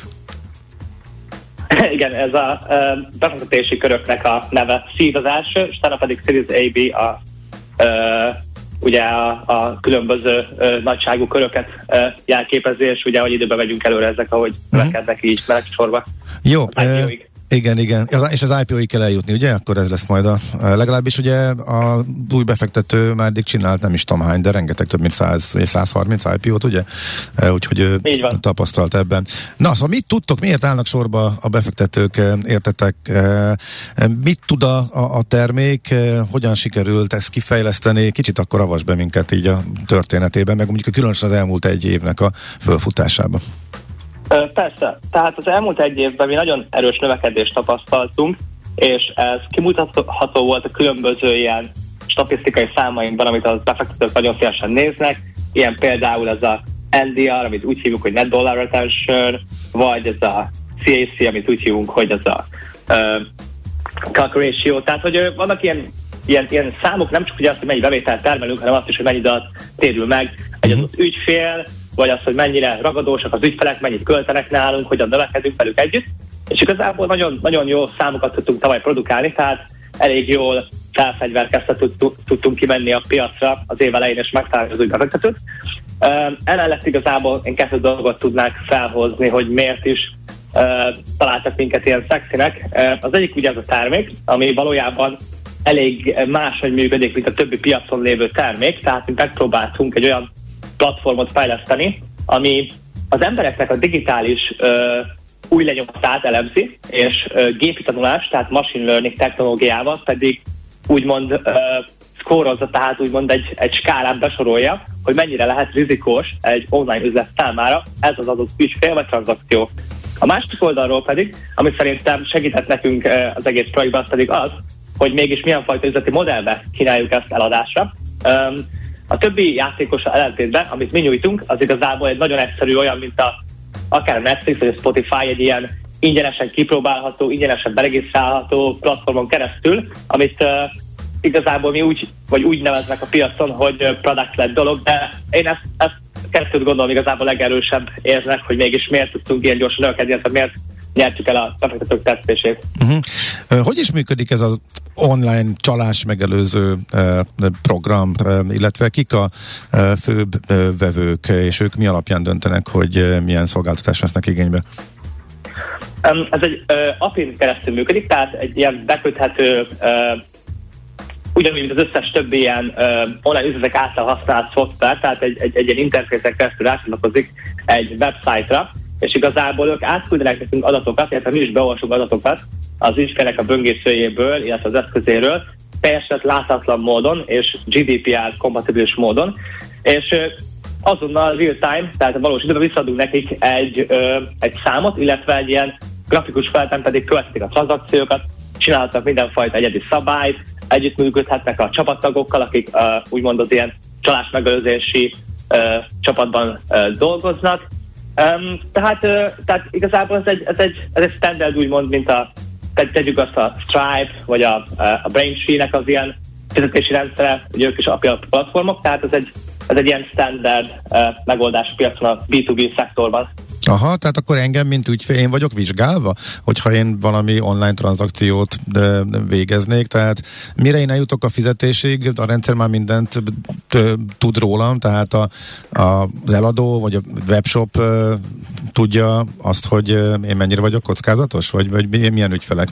Igen, ez a uh, befektetési köröknek a neve. Seed az első, és utána pedig Series A B a uh, ugye a, a különböző uh, nagyságú köröket uh, jelképezi, és ugye, hogy időben megyünk előre ezek, ahogy növekednek uh-huh. így meleg sorba. Jó, uh, igen, igen. És az I P O-ig kell eljutni, ugye? Akkor ez lesz majd a, legalábbis ugye a új befektető már eddig csinált nem is tudom hány, de rengeteg, több mint száz vagy százharminc I P O-t, ugye? Úgyhogy tapasztalt ebben. Na, szóval mit tudtok, miért állnak sorba a befektetők, értetek? Mit tud a, a termék, hogyan sikerült ezt kifejleszteni? Kicsit akkor avasd be minket így a történetében, meg mondjuk különösen az elmúlt egy évnek a fölfutásában. Persze, tehát az elmúlt egy évben mi nagyon erős növekedést tapasztaltunk, és ez kimutatható volt a különböző ilyen statisztikai számainkban, amit a befektetők nagyon szívesen néznek, ilyen például ez a N D R, amit úgy hívjuk, hogy Net Dollar Retention, vagy ez a C A C, amit úgy hívunk, hogy ez a uh, C A C Ratio, tehát hogy uh, vannak ilyen, ilyen, ilyen számok, nem csak ugye azt, hogy mennyi bevételt termelünk, hanem azt is, hogy mennyi adat térül meg egy adott ügyfél, vagy az, hogy mennyire ragadósak az ügyfelek, mennyit költenek nálunk, hogyan növekedünk velük együtt. És igazából nagyon, nagyon jó számokat tudtunk tavaly produkálni, tehát elég jól felfegyverkezve tudtunk kimenni a piacra az év elején és megtalálni az új befektetőt. Emellett igazából én kettő dolgot tudnák felhozni, hogy miért is találtak minket ilyen szexinek. Az egyik ugye ez a termék, ami valójában elég máshogy működik, mint a többi piacon lévő termék, tehát mi megpróbáltunk egy olyan platformot fejleszteni, ami az embereknek a digitális uh, új lenyomatát elemzi, és uh, gépi tanulás, tehát machine learning technológiával pedig úgymond uh, szkórozza, tehát úgymond egy, egy skálán besorolja, hogy mennyire lehet rizikós egy online üzlet számára ez az adott ügyfél vagy tranzakció. A másik oldalról pedig, ami szerintem segített nekünk uh, az egész projektben, az pedig az, hogy mégis milyen fajta üzleti modellbe kínáljuk ezt eladásra. Um, a többi játékosra ellentétben, amit mi nyújtunk, az igazából egy nagyon egyszerű, olyan, mint a, akár a Netflix vagy a Spotify, egy ilyen ingyenesen kipróbálható, ingyenesen beregisztrálható platformon keresztül, amit uh, igazából mi úgy, vagy úgy neveznek a piacon, hogy uh, product-led dolog, de én ezt, ezt kettőt gondolom igazából legerősebb érznek, hogy mégis miért tudtunk ilyen gyorsan növekedni, tehát miért nyertük el a befektetők tetszését. Uh-huh. Hogy is működik ez az online csalás megelőző uh, program, uh, illetve kik a uh, főbb uh, vevők, és ők mi alapján döntenek, hogy uh, milyen szolgáltatást vesznek igénybe? Um, ez egy uh, apin keresztül működik, tehát egy ilyen beköthető, uh, ugyanúgy, mint az összes többi ilyen uh, online üzletek által használt szoftver, tehát egy, egy, egy ilyen interfészen keresztül rácsatlakozik egy website-ra, és igazából ők átküldenek nekünk adatokat, illetve mi is beolvasunk adatokat az ügyfélnek a böngészőjéből, illetve az eszközéről, teljesen láthatatlan módon és gé dé pé er-kompatibilis módon, és azonnal real time, tehát a valós időben visszaadunk nekik egy, ö, egy számot, illetve egy ilyen grafikus feleten pedig követhetik a tranzakciókat, csinálhatnak mindenfajta egyedi szabályt, együttműködhetnek a csapattagokkal, akik ö, úgymond az ilyen csalás megelőzési ö, csapatban ö, dolgoznak. Um, tehát, uh, tehát igazából ez egy, ez egy, ez egy standard úgymond, mint a, tegyük azt a Stripe, vagy a, a Braintree-nek az ilyen fizetési rendszere, hogy ők is apja platformok, tehát ez egy, ez egy ilyen standard uh, megoldás a piacon a bé kettő bé szektorban. Aha, tehát akkor engem, mint ügyfél, én vagyok vizsgálva, hogyha én valami online tranzakciót de, de végeznék, tehát mire én eljutok a fizetésig, a rendszer már mindent t- tud rólam, tehát a, a, az eladó vagy a webshop uh, tudja azt, hogy uh, én mennyire vagyok kockázatos, vagy, vagy milyen ügyfelek?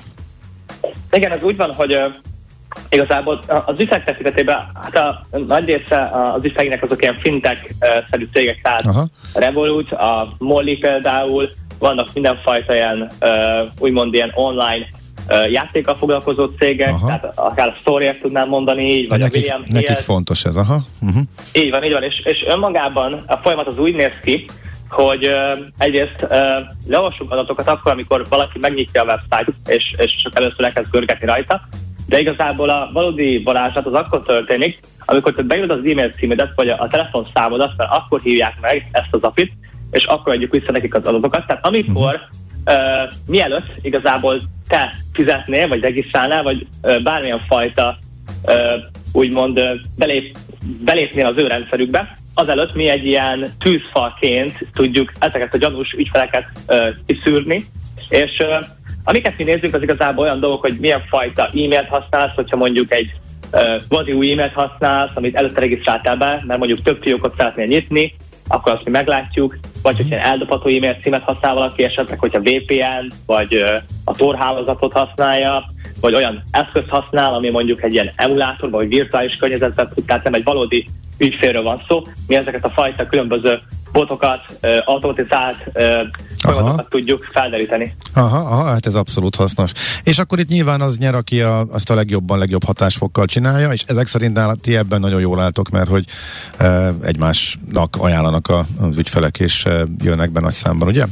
Igen, ez úgy van, hogy uh, igazából az ügyfelek tekintetében hát a nagy része az ügyfeleknek azok ilyen fintech-szerű cégek, tehát aha. A Revolut, a Molly például, vannak mindenfajta ilyen úgymond ilyen online játékkal foglalkozó cégek, aha. Tehát akár a Storyért tudnám mondani így, vagy nekik, a William Hill. Nekik fontos ez, aha. Uh-huh. Így van, így van, és, és önmagában a folyamat az úgy néz ki, hogy uh, egyrészt uh, leolvassuk adatokat akkor, amikor valaki megnyitja a website-t, és, és csak először elkezd görgetni rajta, de igazából a valódi varázslat az akkor történik, amikor te beírod az e-mail címedet, vagy a, a telefonszámodat, mert akkor hívják meg ezt az apit, és akkor adjuk vissza nekik az adatokat. Tehát amikor uh, mielőtt igazából te fizetnél, vagy regisztrálnál, vagy uh, bármilyen fajta uh, úgymond uh, belép, belépnél az ő rendszerükbe, azelőtt mi egy ilyen tűzfalként tudjuk ezeket a gyanús ügyfeleket uh, kiszűrni, és uh, amiket mi nézzük, az igazából olyan dolgok, hogy milyen fajta e-mailt használsz, hogyha mondjuk egy kvazi uh, új e-mailt használsz, amit előtte regisztráltál be, mert mondjuk több fiókot szeretnél nyitni, akkor azt mi meglátjuk, vagy hogyha eldobható e-mail címet használ valaki, esetleg, hogyha vé pé en, vagy uh, a Tor hálózatot használja, vagy olyan eszközt használ, ami mondjuk egy ilyen emulátorban, vagy virtuális környezetben, tehát nem egy valódi ügyfélről van szó. Mi ezeket a fajta különböző botokat, uh, automatizált uh, folyamatokat tudjuk felderíteni. Aha, aha, hát ez abszolút hasznos. És akkor itt nyilván az nyer, aki a, azt a legjobban, legjobb hatásfokkal csinálja, és ezek szerint ti ebben nagyon jól álltok, mert hogy uh, egymásnak ajánlanak a, az ügyfelek, és uh, jönnek be nagy számban, ugye?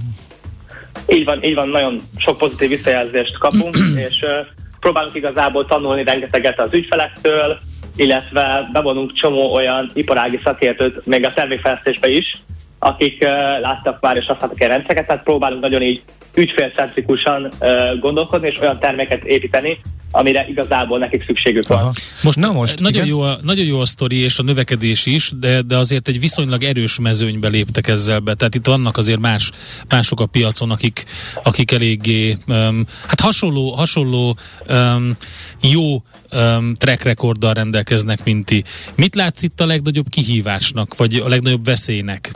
Így van, így van, nagyon sok pozitív visszajelzést kapunk, és uh, próbálunk igazából tanulni rengeteget az ügyfelektől, illetve bevonunk csomó olyan iparági szakértőt, még a termékfejlesztésbe is, akik uh, láttak már és használtak ilyen rendszereket, tehát próbálunk nagyon így ügyfélcentrikusan uh, gondolkodni, és olyan terméket építeni, amire igazából nekik szükségük van. Aha. Most, Na most nagyon, jó a, nagyon jó a sztori és a növekedés is, de, de azért egy viszonylag erős mezőnybe léptek ezzel be. Tehát itt vannak azért más, mások a piacon, akik, akik eléggé um, hát hasonló, hasonló um, jó um, track recorddal rendelkeznek, mint ti. Mit látsz itt a legnagyobb kihívásnak, vagy a legnagyobb veszélynek?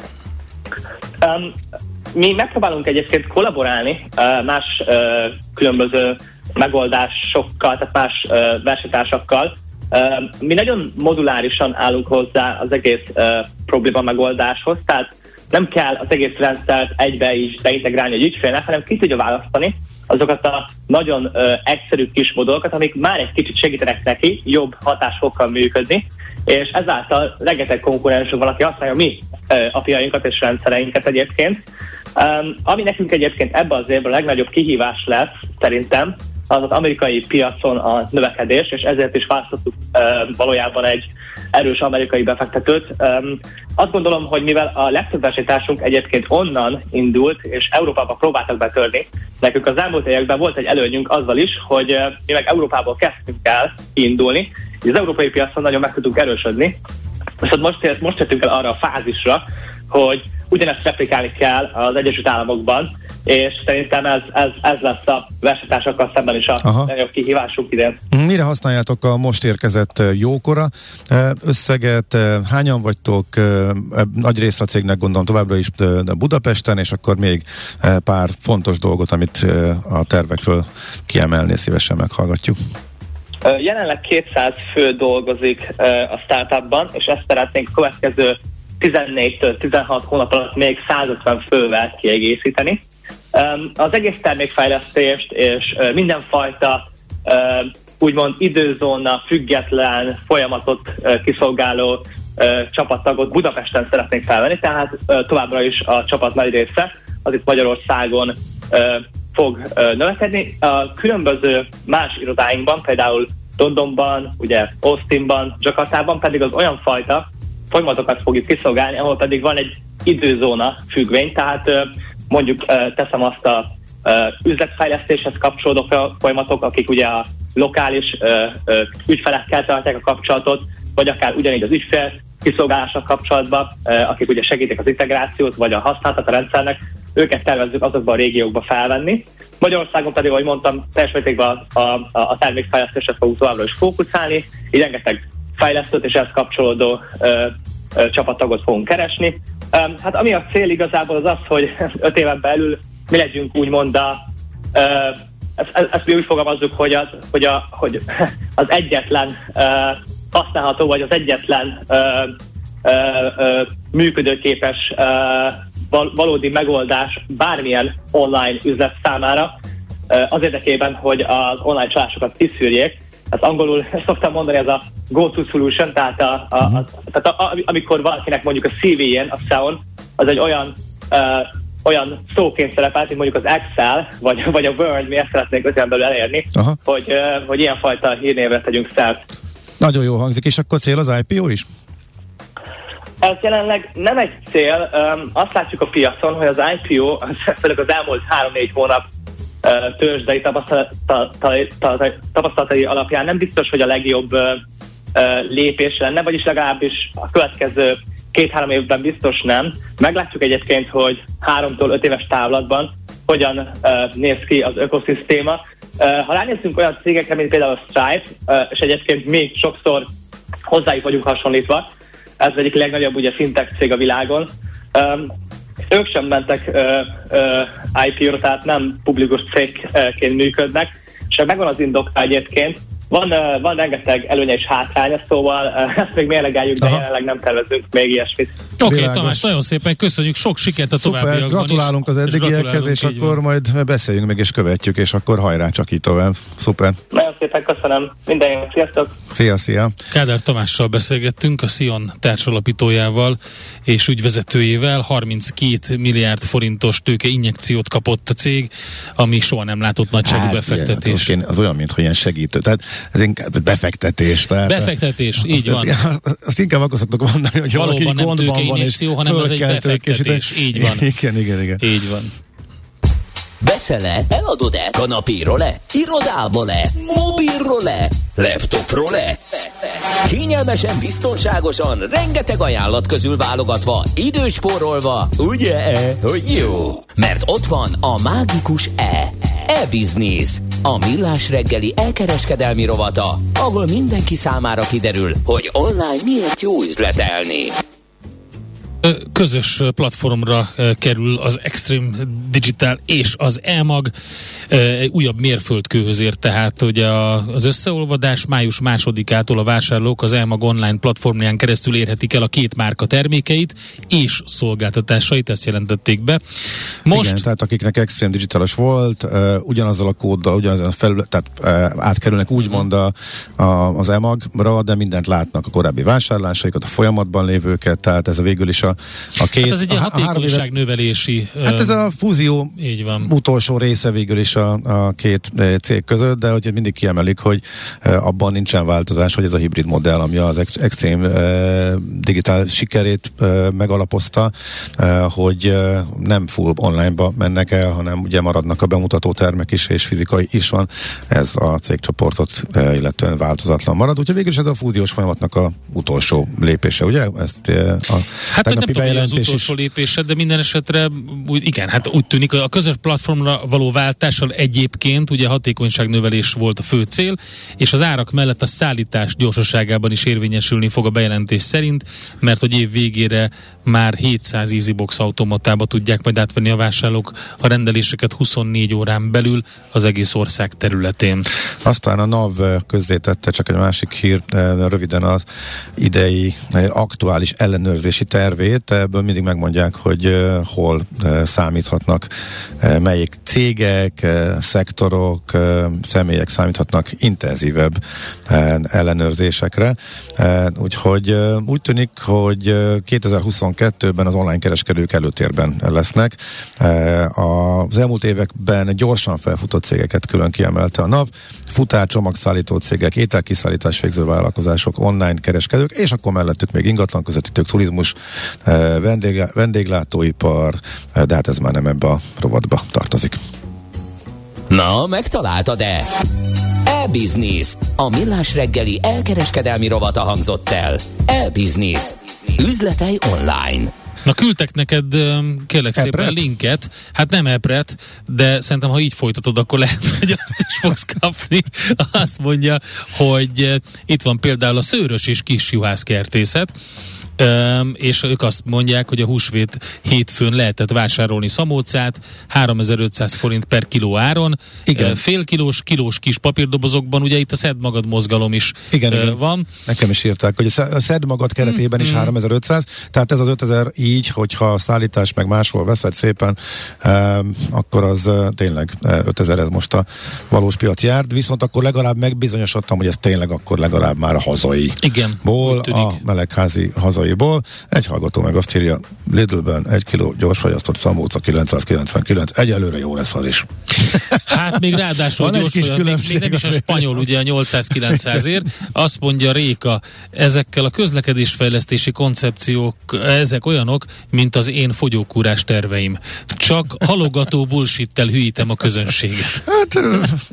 Um, mi megpróbálunk egyébként kollaborálni uh, más uh, különböző megoldásokkal, tehát más uh, versenytársakkal. Uh, mi nagyon modulárisan állunk hozzá az egész uh, probléma megoldáshoz, tehát nem kell az egész rendszert egybe is beintegrálni egy ügyfélnek, hanem ki tudja választani azokat a nagyon uh, egyszerű kis modulokat, amik már egy kicsit segítenek neki jobb hatásfokkal működni, és ezáltal rengeteg konkurensünk van, aki használja mi uh, apiainkat és rendszereinket egyébként. Um, ami nekünk egyébként ebben az évben a legnagyobb kihívás lesz, szerintem, az az amerikai piacon a növekedés, és ezért is választottuk uh, valójában egy erős amerikai befektetőt. Um, azt gondolom, hogy mivel a legtöbb versenytársunk egyébként onnan indult, és Európába próbáltak betörni, nekünk az elmúlt években volt egy előnyünk azzal is, hogy uh, mi meg Európából kezdtünk el indulni, és az európai piacon nagyon meg tudtunk erősödni. Viszont most, most jöttünk el arra a fázisra, hogy ugyanezt replikálni kell az Egyesült Államokban, és szerintem ez, ez, ez lesz a versenytársakkal szemben is a nagyobb kihívásunk idén. Mire használjátok a most érkezett jókora összeget? Hányan vagytok? Nagy rész a cégnek gondolom továbbra is Budapesten, és akkor még pár fontos dolgot, amit a tervekről kiemelni, szívesen meghallgatjuk. Jelenleg kétszáz fő dolgozik a startupban, és ezt szeretnénk a következő tizennégytől tizenhat hónap alatt még százötven fővel kiegészíteni. Az egész termékfejlesztést és mindenfajta úgymond időzóna független folyamatot kiszolgáló csapattagot Budapesten szeretnénk felvenni, tehát továbbra is a csapat nagy része az itt Magyarországon fog növekedni. A különböző más irodáinkban, például Londonban, ugye Austinban, Jakartában pedig az olyan fajta folyamatokat fogjuk kiszolgálni, ahol pedig van egy időzóna függvény, tehát mondjuk teszem azt a üzletfejlesztéshez kapcsolódó folyamatok, akik ugye a lokális ügyfelekkel tartják a kapcsolatot, vagy akár ugyanígy az ügyfél kiszolgálással kapcsolatban, akik ugye segítik az integrációt, vagy a használatot a rendszernek, őket tervezzük azokban a régiókba felvenni. Magyarországon pedig, ahogy mondtam, teljes mértékben a, a, a termékfejlesztésre fogunk továbbra is fókuszálni, így rengeteg fejlesztőt és ehhez kapcsolódó ö, ö, csapattagot fogunk keresni. Um, hát ami a cél igazából az az, hogy öt éven belül mi legyünk úgymond a, ö, ezt, ezt mi úgy fogalmazzuk, hogy az, hogy a, hogy az egyetlen ö, használható, vagy az egyetlen ö, ö, ö, működőképes ö, val, valódi megoldás bármilyen online üzlet számára, ö, az érdekében, hogy az online csalásokat kiszűrjék. Hát angolul szoktam mondani, ez a go-to solution, tehát, a, a, a, tehát a, a, amikor valakinek mondjuk a cé vé-jén, a es e o-n, az egy olyan, uh, olyan szóként szerepelt, mint mondjuk az Excel, vagy, vagy a Word, mi ezt szeretnénk öt éven belül elérni, hogy, uh, hogy ilyenfajta hírnévre tegyünk szert. Nagyon jó hangzik, és akkor cél az i pé o is? Ez jelenleg nem egy cél, um, azt látjuk a piacon, hogy az i pé o, az, főleg az elmúlt három-négy hónap tőzsdei tapasztalatai alapján nem biztos, hogy a legjobb lépés lenne, vagyis legalábbis a következő két-három évben biztos nem. Meglátjuk egyébként, hogy háromtól öt éves távlatban hogyan néz ki az ökoszisztéma. Ha ránézzünk olyan cégekre, mint például a Stripe, és egyébként mi sokszor hozzájuk vagyunk hasonlítva, ez az egyik legnagyobb ugye fintech cég a világon, ők sem mentek uh, uh, i pé o-ra, tehát nem publikus cégként működnek, és megvan az indok egyébként. Van, uh, van rengeteg előnye és hátránya, szóval uh, ezt még mérlegeljük, de jelenleg nem tervezünk még ilyesmit. Oké, okay, Tamás, nagyon szépen köszönjük, sok sikert a továbbiakban. Szuper, gratulálunk is, az eddigiekhez, és, és akkor van. Majd beszéljünk meg és követjük, és akkor hajrá, csak így tovább. Szuper. Nagyon szépen köszönöm. Minden jó, sziasztok! Szia, szia! Kádár Tamással beszélgettünk, a Szion társalapítójával és ügyvezetőjével. harminckét milliárd forintos tőke injekciót kapott a cég, ami soha nem látott nagyságú hát, befektetés. Igen, az olyan, mintha ilyen segítő. Tehát ez inkább befektetés. Tehát befektetés, azt, így van. Azt, azt inkább akkor szoktuk mondani, hogy valaki gondban van, és hanem az egy befektetés. Így van. Igen, igen, igen. Így van. Veszel-e? Eladod-e? Kanapéról-e? Irodából-e? Mobilról-e? Laptopról-e? Kényelmesen, biztonságosan, rengeteg ajánlat közül válogatva, időspórolva, ugye-e, hogy jó? Mert ott van a mágikus E. E-Business, a millás reggeli elkereskedelmi rovata, ahol mindenki számára kiderül, hogy online miért jó üzletelni. Közös platformra kerül az Extreme Digital és az e-mag, újabb mérföldkőhöz ért tehát ugye az összeolvadás. Május másodikától a vásárlók az e-mag online platformján keresztül érhetik el a két márka termékeit és szolgáltatásait, ezt jelentették be. Most... Igen, tehát akiknek Extreme Digitalos volt, uh, ugyanazzal a kóddal, ugyanazzal a felület, tehát uh, átkerülnek úgymond a, a, az e-magra, de mindent látnak, a korábbi vásárlásaikat, a folyamatban lévőket, tehát ez a végül is a A két, hát ez egy hatékonyságnövelési... Hát ez a fúzió így van. Utolsó része végül is a, a két cég között, de hogy mindig kiemelik, hogy abban nincsen változás, hogy ez a hibrid modell, ami az Extreme Digital sikerét megalapozta, hogy nem full online-ba mennek el, hanem ugye maradnak a bemutató termek is, és fizikai is van. Ez a cégcsoportot illetően változatlan marad, úgyhogy végül is ez a fúziós folyamatnak a utolsó lépése, ugye? Ezt a hát nem tudom, hogy az utolsó lépésed, de minden esetre úgy, igen, hát úgy tűnik, hogy a közös platformra való váltással egyébként ugye hatékonyságnövelés volt a fő cél, és az árak mellett a szállítás gyorsaságában is érvényesülni fog a bejelentés szerint, mert hogy év végére már hétszáz EasyBox automatába tudják majd átvenni a vásárlók a rendeléseket huszonnégy órán belül az egész ország területén. Aztán a NAV közzétette, csak egy másik hír, röviden az idei aktuális ellenőrzési tervét, ebből mindig megmondják, hogy uh, hol uh, számíthatnak, uh, melyik cégek, uh, szektorok, uh, személyek számíthatnak intenzívebb uh, ellenőrzésekre. Uh, úgyhogy uh, úgy tűnik, hogy uh, kétezer-huszonkettőben az online kereskedők előtérben lesznek. Uh, az elmúlt években gyorsan felfutott cégeket külön kiemelte a NAV, futár, csomagszállító cégek, ételkiszállítás végző vállalkozások, online kereskedők, és akkor mellettük még ingatlan közvetítők, turizmus, vendég, vendéglátóipar, de hát ez már nem ebbe a rovatba tartozik. Na, megtaláltad-e? E-Business, a millás reggeli elkereskedelmi rovata hangzott el. E-Business, üzletei online. Na, küldtek neked, kérlek szépen, Epret? linket. Hát nem Epret, de szerintem, ha így folytatod, akkor lehet, hogy azt is fogsz kapni. Azt mondja, hogy itt van például a Szőrös és Kisjuhászkertészet, Um, és ők azt mondják, hogy a húsvét hétfőn lehetett vásárolni szamócát háromezer-ötszáz forint per kiló áron. Igen. Fél kilós, kilós kis papírdobozokban, ugye itt a szedd magad mozgalom is igen, uh, igen. van. Nekem is írták, hogy a szedd magad keretében mm, is mm. háromezer-ötszáz, tehát ez az ötezer így, hogyha a szállítás meg máshol veszed szépen, um, akkor az uh, tényleg uh, ötezer, ez most a valós piaci árd, viszont akkor legalább megbizonyosodtam, hogy ez tényleg akkor legalább már a hazai. Igen. Ból, a melegházi hazai ból. Egy hallgató meg azt írja, Lidlben egy kiló gyorsfagyasztott szamóca kilencszázkilencvenkilenc, egyelőre jó lesz az is. Hát még ráadásul gyorsfagyasztott, még, még nem is a spanyol, ugye a nyolcszáz-kilencszázért. Azt mondja Réka, ezekkel a közlekedésfejlesztési koncepciók, ezek olyanok, mint az én fogyókúrás terveim. Csak halogató bullshittel hülyítem a közönséget. Hát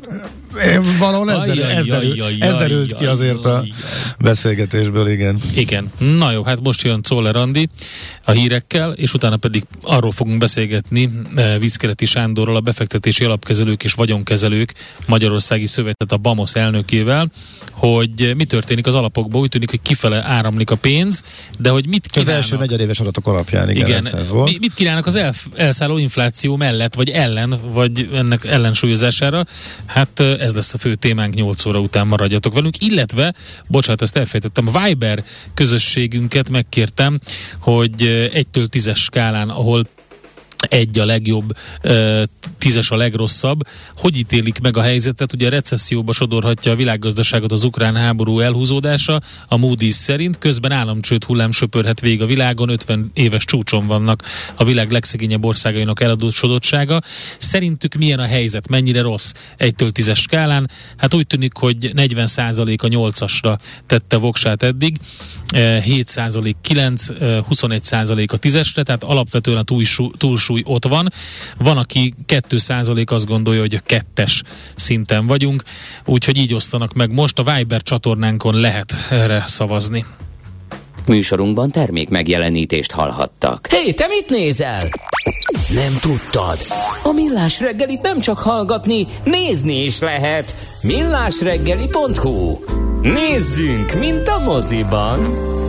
én valahol ez, derül, ez, derül, ez derült ki azért a beszélgetésből, igen. Igen. Na jó, hát most jön Czoller Andi a hírekkel, és utána pedig arról fogunk beszélgetni Vízkeleti Sándorral, a befektetési alapkezelők és vagyonkezelők Magyarországi Szövetet, a BAMOSZ elnökével, hogy mi történik az alapokban. Úgy tűnik, hogy kifele áramlik a pénz, de hogy mit kínálnak. Az első negyedéves adatok alapján, igen, igen ez volt. Mit kínálnak az el, elszálló infláció mellett, vagy ellen, vagy ennek ellensúlyozására? Hát ez lesz a fő témánk, nyolc óra után maradjatok velünk, illetve, bocsánat, ezt elfejtettem, a Viber közösségünket megkértem, hogy egytől tízes skálán, ahol egy a legjobb, tízes a legrosszabb. Hogy ítélik meg a helyzetet? Ugye a recesszióba sodorhatja a világgazdaságot az ukrán háború elhúzódása, a Moody's szerint, közben államcsőd hullám söpörhet végig a világon, ötven éves csúcson vannak a világ legszegényebb országainak eladósodottsága. Szerintük milyen a helyzet? Mennyire rossz egytől tízes skálán? Hát úgy tűnik, hogy negyven százalék a nyolcasra tette voksát eddig, hét százalék kilenc, huszonegy százalék a tízesre, tehát alapvetően a túlsúly, túlsúly ott van. Van, aki huszonkettő százalék azt gondolja, hogy a kettes szinten vagyunk, úgyhogy így osztanak meg. Most a Viber csatornánkon lehet erre szavazni. Műsorunkban termék megjelenítést hallhattak. Hé, te mit nézel? Nem tudtad? A Millás reggelit nem csak hallgatni, nézni is lehet. millásreggeli pont hu. Nézzünk, mint a moziban!